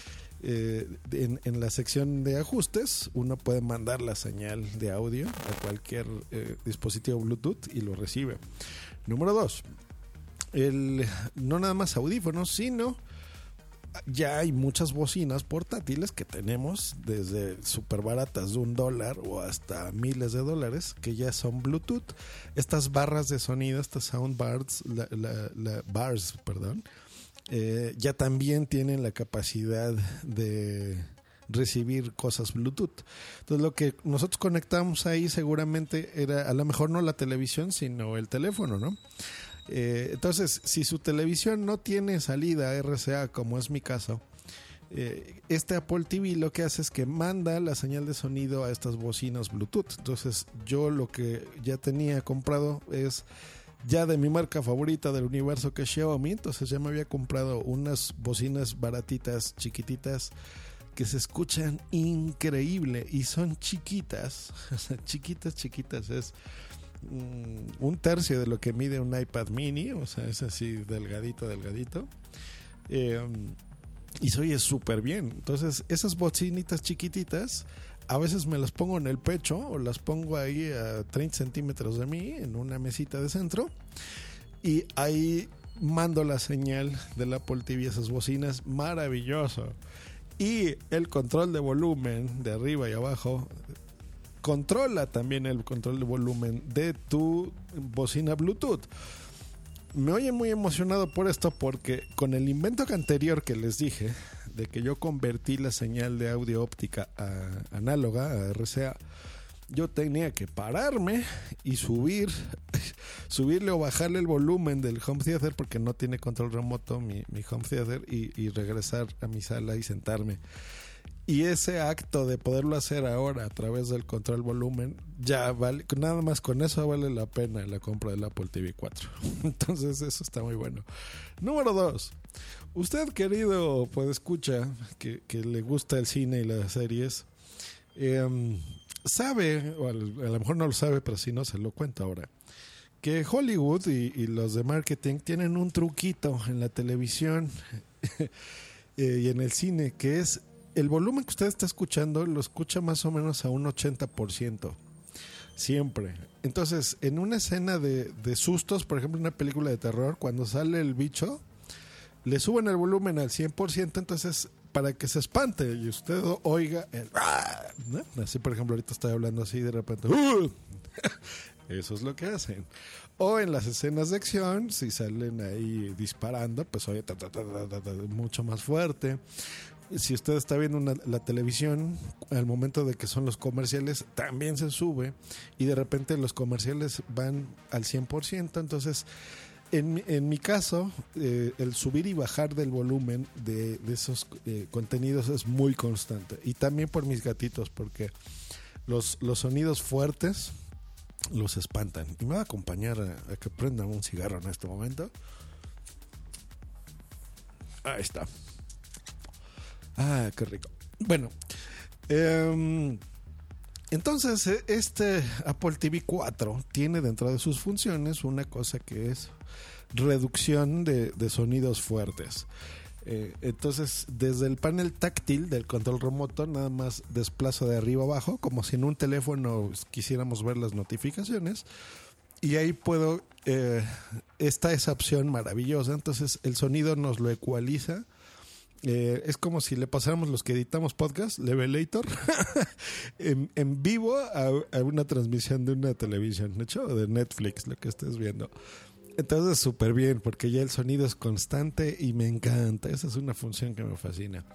Eh, en, en la sección de ajustes uno puede mandar la señal de audio a cualquier eh, dispositivo Bluetooth y lo recibe. Número dos, el, no nada más audífonos, sino ya hay muchas bocinas portátiles que tenemos desde súper baratas de un dólar o hasta miles de dólares, que ya son Bluetooth. Estas barras de sonido, estas soundbars, la, la, la bars, perdón, Eh, ya también tienen la capacidad de recibir cosas Bluetooth. Entonces lo que nosotros conectamos ahí seguramente era a lo mejor no la televisión, sino el teléfono, ¿no? Eh, entonces si su televisión no tiene salida R C A, como es mi caso, eh, este Apple T V lo que hace es que manda la señal de sonido a estas bocinas Bluetooth. Entonces yo lo que ya tenía comprado es ya de mi marca favorita del universo, que es Xiaomi. Entonces ya me había comprado unas bocinas baratitas, chiquititas, que se escuchan increíble y son chiquitas, o sea, chiquitas, chiquitas, es mm, un tercio de lo que mide un iPad mini, o sea, es así delgadito, delgadito. Eh, y se oye súper bien. Entonces, esas bocinitas chiquititas, a veces me las pongo en el pecho o las pongo ahí a treinta centímetros de mí, en una mesita de centro, y ahí mando la señal del Apple T V, esas bocinas, maravilloso. Y el control de volumen de arriba y abajo controla también el control de volumen de tu bocina Bluetooth. Me oye muy emocionado por esto porque con el invento anterior que les dije, de que yo convertí la señal de audio óptica a análoga, a R C A, yo tenía que pararme y subir, subirle o bajarle el volumen del home theater porque no tiene control remoto mi, mi home theater y, y regresar a mi sala y sentarme. Y ese acto de poderlo hacer ahora a través del control volumen, ya vale, nada más con eso vale la pena la compra del Apple T V cuatro. Entonces eso está muy bueno. Número dos. Usted, querido podescucha, que, que le gusta el cine y las series, eh, sabe, o a lo mejor no lo sabe, pero si no se lo cuento ahora, que Hollywood y, y los de marketing tienen un truquito en la televisión eh, y en el cine, que es el volumen que usted está escuchando, lo escucha más o menos a un ochenta por ciento. Siempre. Entonces, en una escena de, de sustos, por ejemplo, en una película de terror, cuando sale el bicho, le suben el volumen al cien por ciento, entonces, para que se espante y usted oiga el... ¿no? Así, por ejemplo, ahorita estoy hablando así de repente... ¡Uh! Eso es lo que hacen. O en las escenas de acción, si salen ahí disparando, pues oye ta, ta, ta, ta, ta, mucho más fuerte. Si usted está viendo una, la televisión, al momento de que son los comerciales, también se sube y de repente los comerciales van al cien por ciento. Entonces, en, en mi caso, eh, el subir y bajar del volumen de, de esos eh, contenidos es muy constante. Y también por mis gatitos, porque los, los sonidos fuertes los espantan. Y me va a acompañar a, a que prendan un cigarro en este momento. Ahí está. Ah, qué rico. Bueno, eh, entonces este Apple T V cuatro tiene dentro de sus funciones una cosa que es reducción de, de sonidos fuertes. Eh, entonces, desde el panel táctil del control remoto, nada más desplazo de arriba abajo, como si en un teléfono quisiéramos ver las notificaciones. Y ahí puedo, eh, está esa opción maravillosa. Entonces, el sonido nos lo ecualiza. Eh, es como si le pasáramos los que editamos podcast, Levelator, en, en vivo a, a una transmisión de una televisión, de hecho, de Netflix, lo que estés viendo. Entonces, súper bien, porque ya el sonido es constante y me encanta. Esa es una función que me fascina.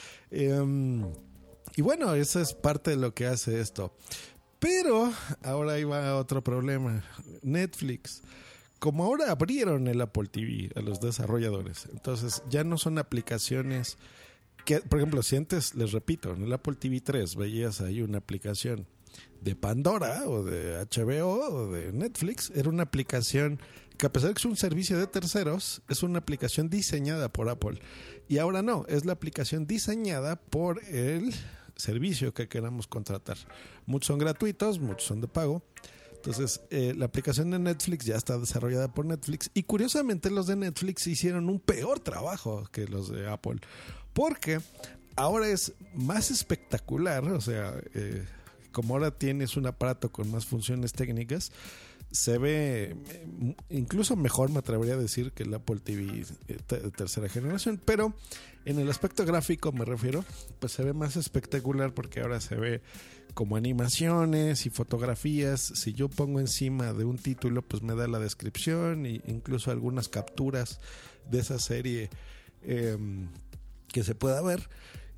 Eh, y bueno, esa es parte de lo que hace esto. Pero ahora ahí va otro problema. Netflix. Como ahora abrieron el Apple T V a los desarrolladores, entonces ya no son aplicaciones que, por ejemplo, si antes, les repito, en el Apple T V tres veías ahí una aplicación de Pandora o de H B O o de Netflix, era una aplicación que, a pesar de que es un servicio de terceros, es una aplicación diseñada por Apple. Y ahora no, es la aplicación diseñada por el servicio que queramos contratar. Muchos son gratuitos, muchos son de pago. Entonces, eh, la aplicación de Netflix ya está desarrollada por Netflix y curiosamente los de Netflix hicieron un peor trabajo que los de Apple, porque ahora es más espectacular, o sea, eh, como ahora tienes un aparato con más funciones técnicas, se ve incluso mejor, me atrevería a decir, que el Apple T V de tercera generación, pero en el aspecto gráfico me refiero, pues se ve más espectacular porque ahora se ve como animaciones y fotografías. Si yo pongo encima de un título, pues me da la descripción e incluso algunas capturas de esa serie eh, que se pueda ver.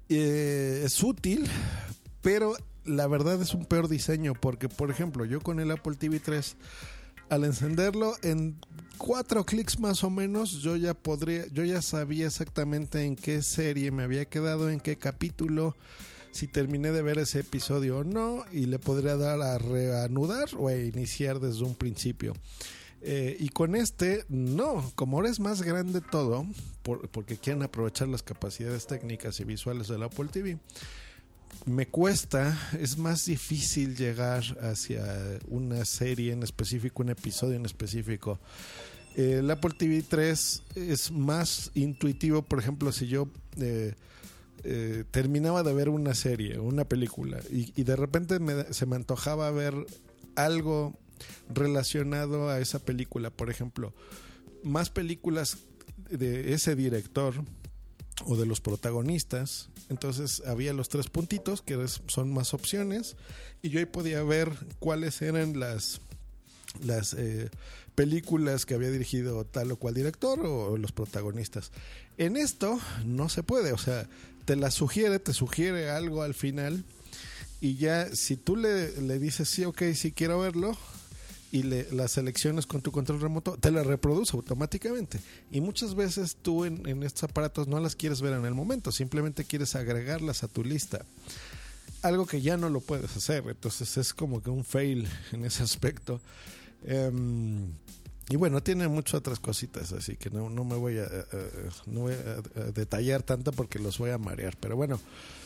Eh, es útil, pero la verdad es un peor diseño porque, por ejemplo, yo con el Apple T V tres, al encenderlo en cuatro clics más o menos, yo ya podría, yo ya sabía exactamente en qué serie me había quedado, en qué capítulo, si terminé de ver ese episodio o no, y le podría dar a reanudar o a iniciar desde un principio. Eh, y con este, no, como ahora es más grande todo, por, porque quieren aprovechar las capacidades técnicas y visuales del Apple T V, me cuesta, es más difícil llegar hacia una serie en específico, un episodio en específico. Eh, el Apple T V tres es más intuitivo, por ejemplo, si yo eh, eh, terminaba de ver una serie, una película, y, y de repente me, se me antojaba ver algo relacionado a esa película, por ejemplo, más películas de ese director o de los protagonistas, entonces había los tres puntitos que son más opciones y yo ahí podía ver cuáles eran las las eh, películas que había dirigido tal o cual director o, o los protagonistas. En esto no se puede, o sea, te la sugiere, te sugiere algo al final y ya si tú le, le dices sí, ok, sí quiero verlo, y le, las selecciones con tu control remoto, te la reproduce automáticamente. Y muchas veces tú en, en estos aparatos no las quieres ver en el momento, simplemente quieres agregarlas a tu lista. Algo que ya no lo puedes hacer, entonces es como que un fail en ese aspecto. Um, y bueno, tiene muchas otras cositas, así que no, no me voy a, uh, no voy a, a detallar tanto porque los voy a marear. Pero bueno,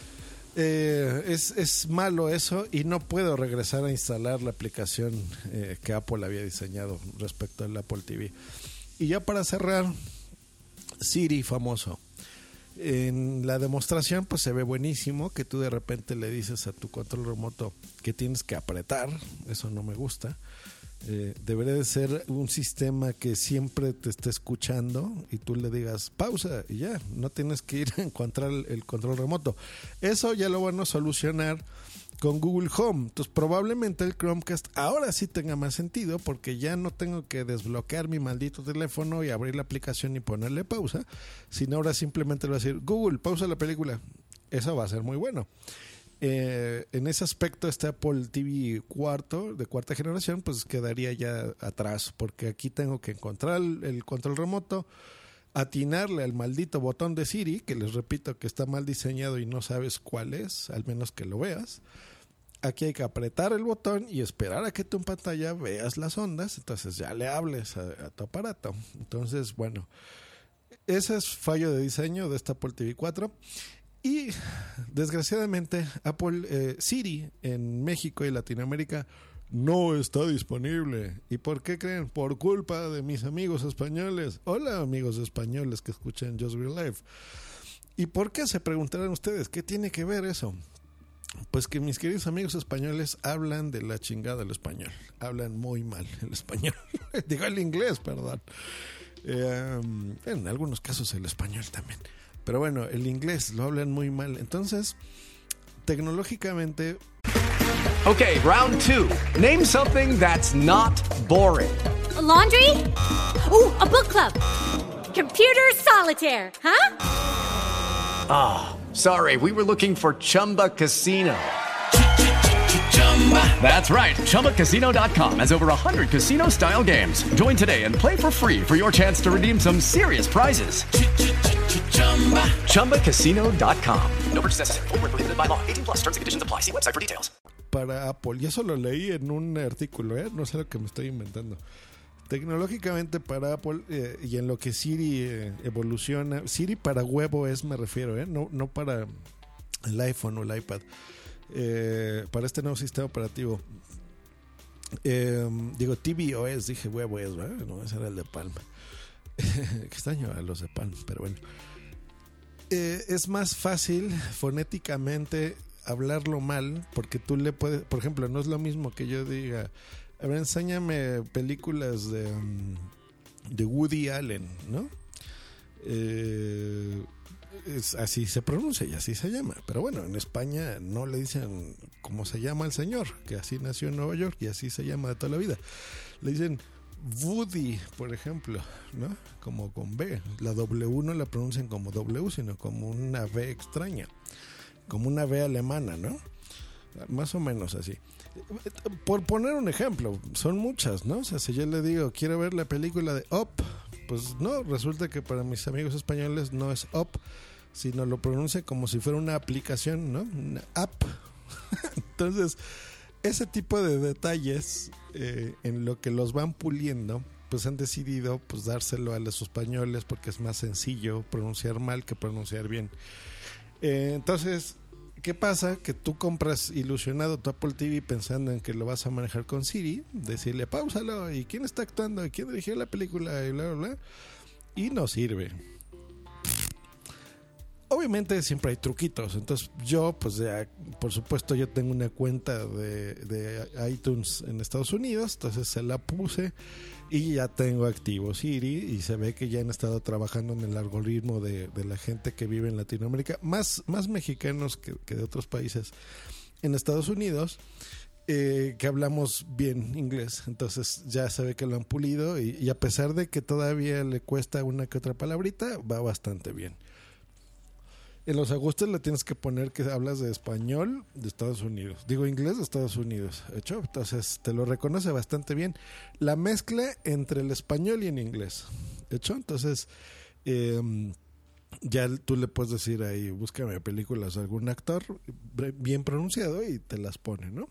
Eh, es, es malo eso y no puedo regresar a instalar la aplicación eh, que Apple había diseñado respecto al Apple T V. Y ya para cerrar, Siri famoso. En la demostración pues se ve buenísimo que tú de repente le dices a tu control remoto que tienes que apretar, eso no me gusta. Eh, debería de ser un sistema que siempre te esté escuchando y tú le digas pausa y ya, no tienes que ir a encontrar el, el control remoto. Eso ya lo van a solucionar con Google Home. Entonces probablemente el Chromecast ahora sí tenga más sentido porque ya no tengo que desbloquear mi maldito teléfono y abrir la aplicación y ponerle pausa, sino ahora simplemente le voy a decir Google, pausa la película. Eso va a ser muy bueno. Eh, en ese aspecto este Apple T V cuarto de cuarta generación pues quedaría ya atrás porque aquí tengo que encontrar el, el control remoto, atinarle al maldito botón de Siri, que les repito que está mal diseñado y no sabes cuál es, al menos que lo veas. Aquí hay que apretar el botón y esperar a que tú en pantalla veas las ondas, entonces ya le hables a, a tu aparato. Entonces bueno, ese es fallo de diseño de este Apple T V cuatro. Y desgraciadamente Apple eh, Siri en México y Latinoamérica no está disponible. ¿Y por qué creen? Por culpa de mis amigos españoles. Hola amigos españoles que escuchan Just Real Life. ¿Y por qué? Se preguntarán ustedes, ¿qué tiene que ver eso? Pues que mis queridos amigos españoles hablan de la chingada el español. Hablan muy mal el español. Digo el inglés, perdón. Eh, en algunos casos el español también. Pero bueno, el inglés lo hablan muy mal. Entonces, tecnológicamente... Okay, round two. Name something that's not boring. A laundry? Ooh, a book club. Computer solitaire, huh? Ah, oh, sorry. We were looking for Chumba Casino. That's right. Chumba Casino dot com has over one hundred casino-style games. Join today and play for free for your chance to redeem some serious prizes. Chumba Casino dot com. No purchase necessary. Void where prohibited by law. eighteen plus terms and conditions apply. See website for details. Para Apple, y eso lo leí en un artículo, ¿eh? No sé lo que me estoy inventando. Tecnológicamente para Apple eh, y en lo que Siri eh, evoluciona, Siri para huevo es, me refiero, ¿eh? No, no para el iPhone o el iPad. Eh, para este nuevo sistema operativo. Eh, digo tvOS, dije huevo es, ¿verdad? No, ese era el de Palm. Extraño a los de Palm, pero bueno. Eh, es más fácil fonéticamente hablarlo mal porque tú le puedes, por ejemplo, no es lo mismo que yo diga, a ver, enséñame películas de, de Woody Allen, ¿no? Eh, es, así se pronuncia y así se llama, pero bueno, en España no le dicen cómo se llama el señor, que así nació en Nueva York y así se llama de toda la vida. Le dicen Woody, por ejemplo, ¿no? Como con B. La W no la pronuncian como W, sino como una B extraña, como una B alemana, ¿no? Más o menos así. Por poner un ejemplo, son muchas, ¿no? O sea, si yo le digo, quiero ver la película de Up, pues no, resulta que para mis amigos españoles no es Up, sino lo pronuncia como si fuera una aplicación, ¿no? Una app. Entonces, ese tipo de detalles, eh, en lo que los van puliendo, pues han decidido pues dárselo a los españoles porque es más sencillo pronunciar mal que pronunciar bien. Eh, entonces, ¿qué pasa? Que tú compras ilusionado tu Apple T V pensando en que lo vas a manejar con Siri, decirle pausalo, y quién está actuando, y quién dirigió la película, y bla, bla, bla, y no sirve. Obviamente siempre hay truquitos. Entonces yo, pues ya, por supuesto, yo tengo una cuenta de, de iTunes en Estados Unidos, entonces se la puse y ya tengo activo Siri, y se ve que ya han estado trabajando en el algoritmo de, de la gente que vive en Latinoamérica, más, más mexicanos que, que de otros países en Estados Unidos, eh, que hablamos bien inglés. Entonces ya se ve que lo han pulido, y, y a pesar de que todavía le cuesta una que otra palabrita, va bastante bien. En los ajustes le tienes que poner que hablas de español de Estados Unidos. Digo, inglés de Estados Unidos. ¿Hecho? Entonces te lo reconoce bastante bien. La mezcla entre el español y el inglés. ¿Hecho? Entonces eh, ya tú le puedes decir ahí, búscame películas de algún actor bien pronunciado y te las pone, ¿no?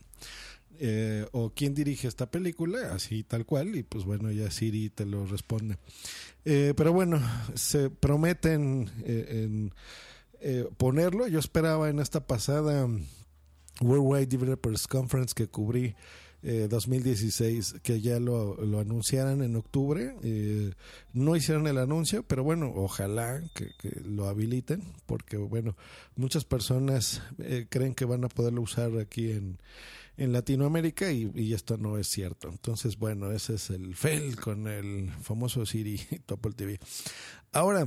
Eh, o quién dirige esta película, así tal cual, y pues bueno, ya Siri te lo responde. Eh, pero bueno, se prometen eh, en... Eh, ponerlo. Yo esperaba en esta pasada Worldwide Developers Conference que cubrí eh, dos mil dieciséis que ya lo, lo anunciaran en octubre. Eh, no hicieron el anuncio, pero bueno, ojalá que, que lo habiliten, porque bueno, muchas personas eh, creen que van a poderlo usar aquí en, en Latinoamérica, y, y esto no es cierto. Entonces bueno, ese es el fail con el famoso Siri Apple T V. Ahora,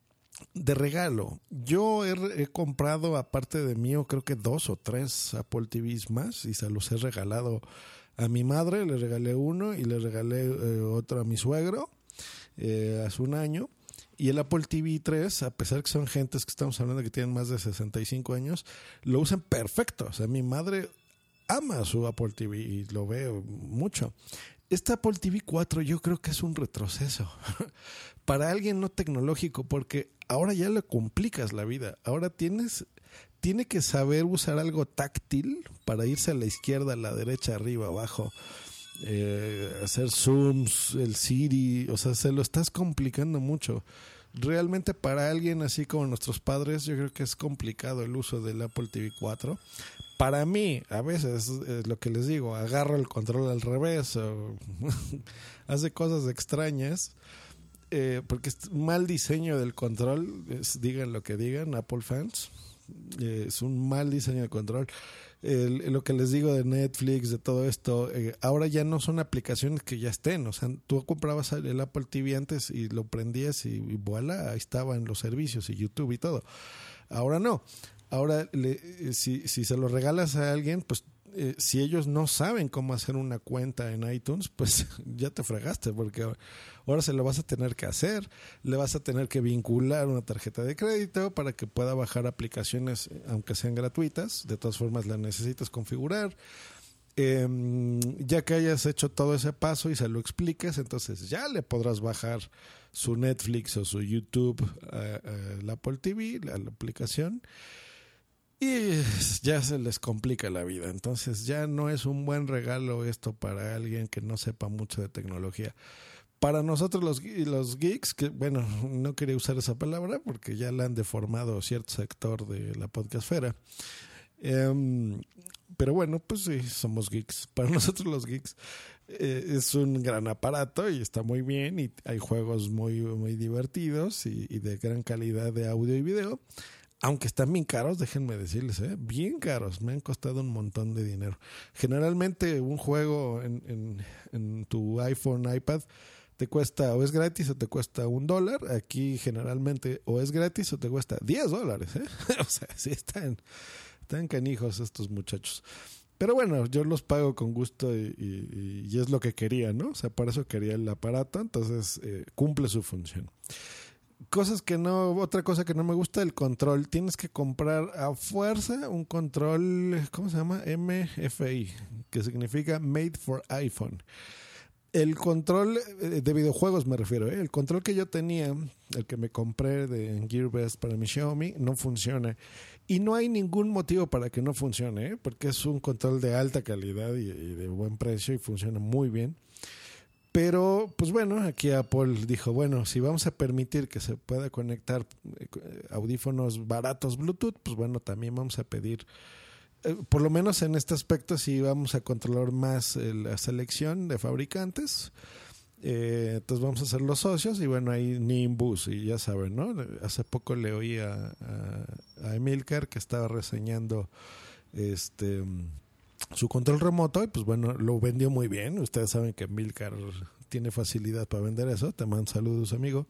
de regalo, yo he, he comprado, aparte de mío, creo que dos o tres Apple T Vs más, y se los he regalado a mi madre. Le regalé uno y le regalé eh, otro a mi suegro eh, hace un año. Y el Apple T V tres, a pesar que son gentes que estamos hablando que tienen más de sesenta y cinco años, lo usan perfecto. O sea, mi madre ama su Apple T V y lo veo mucho. Este Apple T V cuatro yo creo que es un retroceso para alguien no tecnológico, porque ahora ya le complicas la vida. Ahora tienes, tiene que saber usar algo táctil para irse a la izquierda, a la derecha, arriba, abajo, eh, hacer zooms, el Siri, o sea, se lo estás complicando mucho. Realmente para alguien así como nuestros padres, yo creo que es complicado el uso del Apple T V cuatro. Para mí, a veces, es lo que les digo, agarro el control al revés o hace cosas extrañas, eh, porque es un mal diseño del control, es, digan lo que digan, Apple fans, eh, es un mal diseño de control. El, lo que les digo de Netflix, de todo esto, eh, ahora ya no son aplicaciones que ya estén. O sea, tú comprabas el Apple T V antes y lo prendías y, y voilà, ahí estaban los servicios y YouTube y todo. Ahora no. Ahora, le, si, si se lo regalas a alguien, pues eh, si ellos no saben cómo hacer una cuenta en iTunes, pues ya te fregaste, porque ahora se lo vas a tener que hacer. Le vas a tener que vincular una tarjeta de crédito para que pueda bajar aplicaciones, aunque sean gratuitas. De todas formas, la necesitas configurar. Eh, ya que hayas hecho todo ese paso y se lo expliques, entonces ya le podrás bajar su Netflix o su YouTube a, a la Apple T V, a la aplicación. Y ya se les complica la vida. Entonces ya no es un buen regalo esto para alguien que no sepa mucho de tecnología. Para nosotros los, los geeks, que bueno, no quería usar esa palabra porque ya la han deformado cierto sector de la podcastfera. Um, pero bueno, pues sí, somos geeks. Para nosotros los geeks eh, es un gran aparato y está muy bien, y hay juegos muy, muy divertidos y, y de gran calidad de audio y video. Aunque están bien caros, déjenme decirles, ¿eh? bien caros, me han costado un montón de dinero. Generalmente un juego en, en, en tu iPhone, iPad, te cuesta o es gratis o te cuesta un dólar. Aquí generalmente o es gratis o te cuesta diez dólares. ¿eh? O sea, sí están, están canijos estos muchachos. Pero bueno, yo los pago con gusto y, y, y es lo que quería, ¿no? O sea, para eso quería el aparato, entonces eh, cumple su función. Cosas que no, otra cosa que no me gusta, el control. Tienes que comprar a fuerza un control, ¿cómo se llama? M F I, que significa Made for iPhone. El control de videojuegos me refiero, ¿eh? El control que yo tenía, el que me compré de Gearbest para mi Xiaomi, no funciona. Y no hay ningún motivo para que no funcione, ¿eh? Porque es un control de alta calidad y, y de buen precio y funciona muy bien. Pero, pues bueno, aquí Apple dijo, bueno, si vamos a permitir que se pueda conectar audífonos baratos Bluetooth, pues bueno, también vamos a pedir, eh, por lo menos en este aspecto, sí vamos a controlar más eh, la selección de fabricantes. Eh, entonces vamos a ser los socios y bueno, ahí Nimbus y ya saben, ¿no? Hace poco le oí a, a, a Emilcar que estaba reseñando este... su control remoto y pues bueno, lo vendió muy bien. Ustedes saben que Emilcar tiene facilidad para vender eso. Te mando saludos, amigo.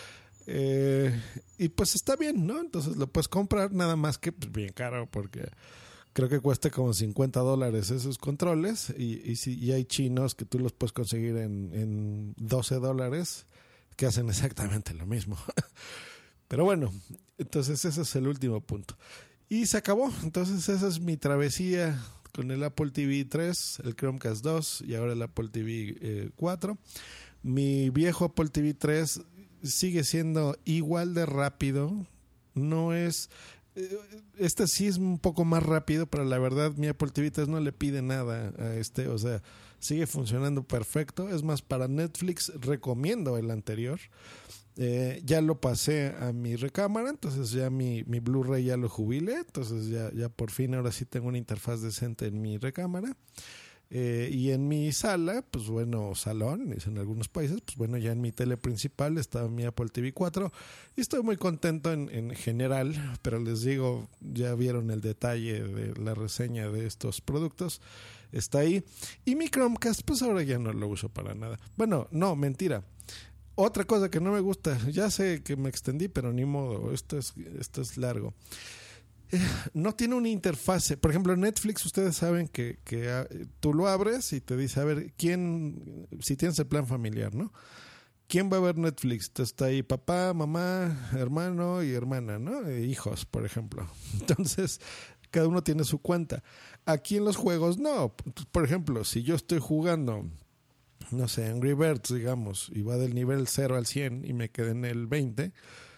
Eh, y pues está bien, ¿no? Entonces lo puedes comprar, nada más que pues bien caro, porque creo que cuesta como cincuenta dólares esos controles y, y, si, y hay chinos que tú los puedes conseguir en, en doce dólares que hacen exactamente lo mismo. Pero bueno, entonces ese es el último punto. Y se acabó. Entonces esa es mi travesía con el Apple T V tres, el Chromecast dos y ahora el Apple T V eh, cuatro. Mi viejo Apple T V tres sigue siendo igual de rápido. No es... Eh, este sí es un poco más rápido, pero la verdad mi Apple T V tres no le pide nada a este. O sea, sigue funcionando perfecto. Es más, para Netflix recomiendo el anterior. Eh, ya lo pasé a mi recámara, entonces ya mi, mi Blu-ray ya lo jubilé, entonces ya, ya por fin ahora sí tengo una interfaz decente en mi recámara. Eh, y en mi sala, pues bueno, salón, en algunos países, pues bueno, ya en mi tele principal está mi Apple T V cuatro y estoy muy contento en, en general, pero les digo, ya vieron el detalle de la reseña de estos productos, está ahí. Y mi Chromecast, pues ahora ya no lo uso para nada. Bueno, no, mentira. Otra cosa que no me gusta, ya sé que me extendí, pero ni modo, esto es, esto es largo. Eh, no tiene una interfase. Por ejemplo, Netflix, ustedes saben que, que uh, tú lo abres y te dice, a ver, ¿quién, si tienes el plan familiar, ¿no? ¿Quién va a ver Netflix? Entonces está ahí papá, mamá, hermano y hermana, ¿no? E hijos, por ejemplo. Entonces, cada uno tiene su cuenta. Aquí en los juegos, no. Por ejemplo, si yo estoy jugando... no sé, Angry Birds, digamos, y va del nivel cero al cien y me quedé en el veinte,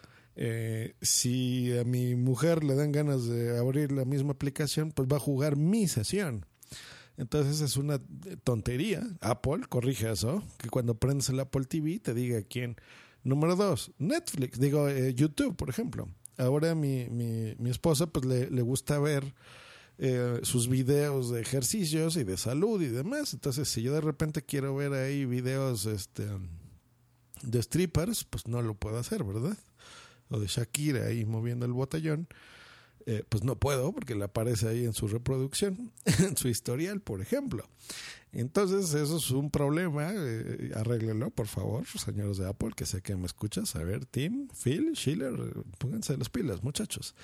eh, si a mi mujer le dan ganas de abrir la misma aplicación, pues va a jugar mi sesión. Entonces es una tontería. Apple, corrige eso, que cuando prendes el Apple T V te diga quién. Número dos, Netflix, digo, eh, YouTube, por ejemplo. Ahora mi, mi, mi esposa pues le, le gusta ver Eh, sus videos de ejercicios y de salud y demás. Entonces si yo de repente quiero ver ahí videos este, de strippers, pues no lo puedo hacer, ¿verdad? O de Shakira ahí moviendo el botellón, eh, pues no puedo porque le aparece ahí en su reproducción, en su historial, por ejemplo. Entonces eso es un problema. Eh, arréglenlo, por favor, señores de Apple, que sé que me escuchas. A ver, Tim, Phil, Schiller, pónganse las pilas, muchachos.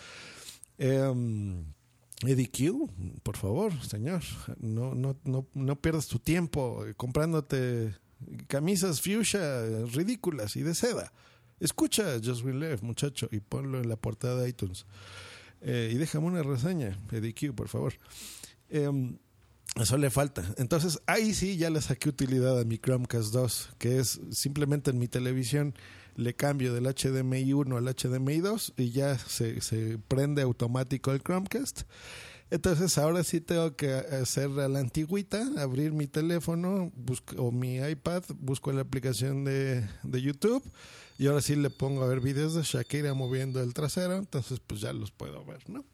eh, Eddie Q, por favor, señor, no, no, no, no pierdas tu tiempo comprándote camisas fuchsia ridículas y de seda. Escucha Just Green Live, muchacho, y ponlo en la portada de iTunes. Eh, y déjame una reseña, Eddie Q, por favor. Eh, eso le falta. Entonces, ahí sí ya le saqué utilidad a mi Chromecast dos, que es simplemente en mi televisión le cambio del H D M I uno al H D M I dos y ya se, se prende automático el Chromecast. Entonces ahora sí tengo que hacer a la antigüita, abrir mi teléfono busco, o mi iPad, busco la aplicación de, de YouTube y ahora sí le pongo a ver videos de Shakira moviendo el trasero, entonces pues ya los puedo ver, ¿no?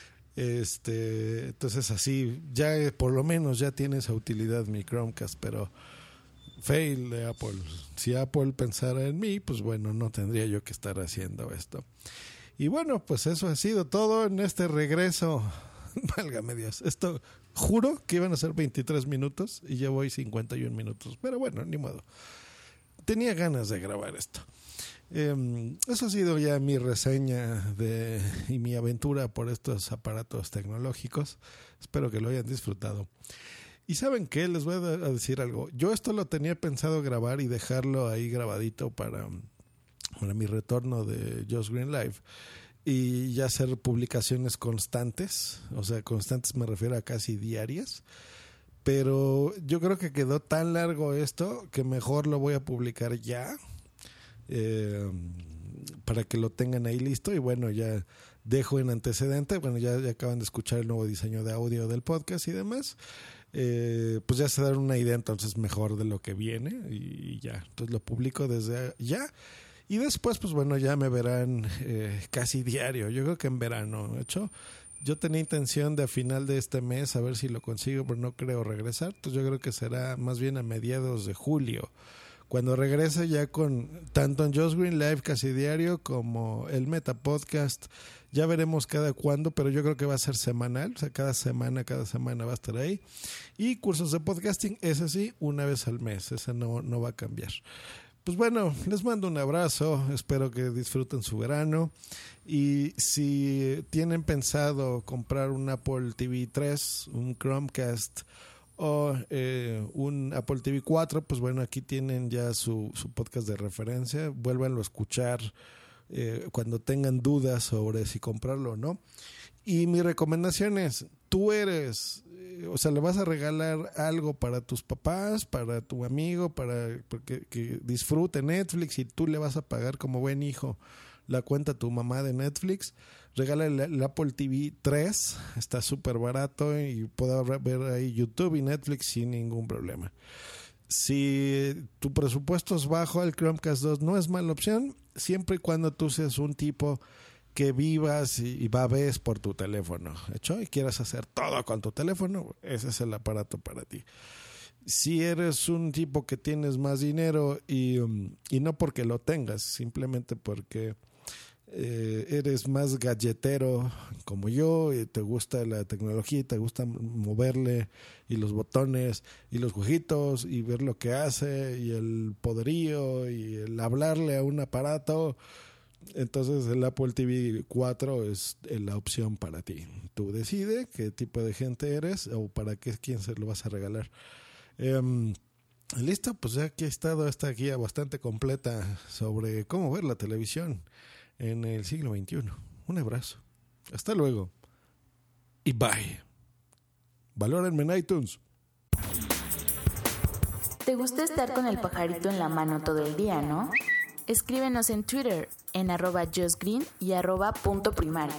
Este, entonces así ya por lo menos ya tiene esa utilidad mi Chromecast, pero fail de Apple. Si Apple pensara en mí, pues bueno, no tendría yo que estar haciendo esto. Y bueno, pues eso ha sido todo en este regreso. Válgame Dios, esto juro que iban a ser veintitrés minutos y ya voy cincuenta y uno minutos, pero bueno, ni modo. Tenía ganas de grabar esto. Eh, eso ha sido ya mi reseña de, y mi aventura por estos aparatos tecnológicos. Espero que lo hayan disfrutado. Y ¿saben qué? Les voy a decir algo. Yo esto lo tenía pensado grabar y dejarlo ahí grabadito para, para mi retorno de Just Green Live y ya hacer publicaciones constantes. O sea, constantes me refiero a casi diarias. Pero yo creo que quedó tan largo esto que mejor lo voy a publicar ya. Eh, para que lo tengan ahí listo y bueno, ya dejo en antecedente, bueno, ya, ya acaban de escuchar el nuevo diseño de audio del podcast y demás. eh, pues ya se dan una idea entonces mejor de lo que viene y, y ya, entonces lo publico desde ya. Y después, pues bueno, ya me verán eh, casi diario. Yo creo que en verano, de hecho, yo tenía intención de a final de este mes a ver si lo consigo, pero no creo regresar. Entonces yo creo que será más bien a mediados de julio, cuando regrese ya con tanto en Just Green Live casi diario como el Meta Podcast. Ya veremos cada cuándo, pero yo creo que va a ser semanal, o sea, cada semana, cada semana va a estar ahí. Y cursos de podcasting, ese sí, una vez al mes, ese no, no va a cambiar. Pues bueno, les mando un abrazo, espero que disfruten su verano y si tienen pensado comprar un Apple T V tres, un Chromecast o eh, un Apple T V cuatro, pues bueno, aquí tienen ya su, su podcast de referencia, vuélvanlo a escuchar eh, cuando tengan dudas sobre si comprarlo o no. Y mi recomendación es, tú eres, eh, o sea, le vas a regalar algo para tus papás, para tu amigo, para porque, que disfrute Netflix y tú le vas a pagar como buen hijo la cuenta a tu mamá de Netflix. Regálale el Apple T V tres, está súper barato y puedes ver ahí YouTube y Netflix sin ningún problema. Si tu presupuesto es bajo, el Chromecast dos no es mala opción, siempre y cuando tú seas un tipo que vivas y, y babes por tu teléfono, ¿hecho? Y quieras hacer todo con tu teléfono, ese es el aparato para ti. Si eres un tipo que tienes más dinero y, um, y no porque lo tengas, simplemente porque eh, eres más galletero como yo y te gusta la tecnología y te gusta moverle y los botones y los jueguitos y ver lo que hace y el poderío y el hablarle a un aparato, entonces el Apple T V cuatro es la opción para ti. Tú decides qué tipo de gente eres o para qué, quién se lo vas a regalar. Um, Listo, pues aquí ha estado esta guía bastante completa sobre cómo ver la televisión en el siglo veintiuno. Un abrazo. Hasta luego. Y bye. Valórenme en iTunes. ¿Te gusta estar con el pajarito en la mano todo el día, no? Escríbenos en Twitter en arroba justgreen y arroba punto primario.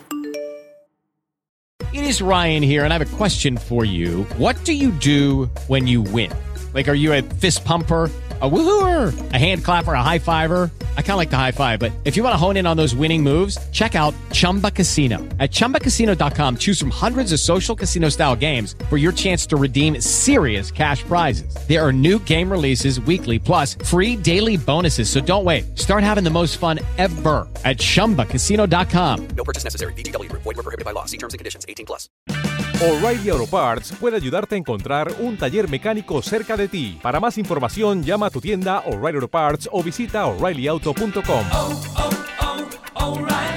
It is Ryan here, and I have a question for you. What do you do when you win? Like, are you a fist pumper, a woohooer, a hand clapper, a high fiver? I kind of like the high five, but if you want to hone in on those winning moves, check out Chumba Casino. At chumba casino dot com, choose from hundreds of social casino style games for your chance to redeem serious cash prizes. There are new game releases weekly, plus free daily bonuses. So don't wait. Start having the most fun ever at chumba casino dot com. No purchase necessary. V G W Group. Void where prohibited by law. See terms and conditions. eighteen plus. O'Reilly Auto Parts puede ayudarte a encontrar un taller mecánico cerca de ti. Para más información, llama a tu tienda O'Reilly Auto Parts o visita O'Reilly Auto punto com. Oh, oh, oh, O'Reilly.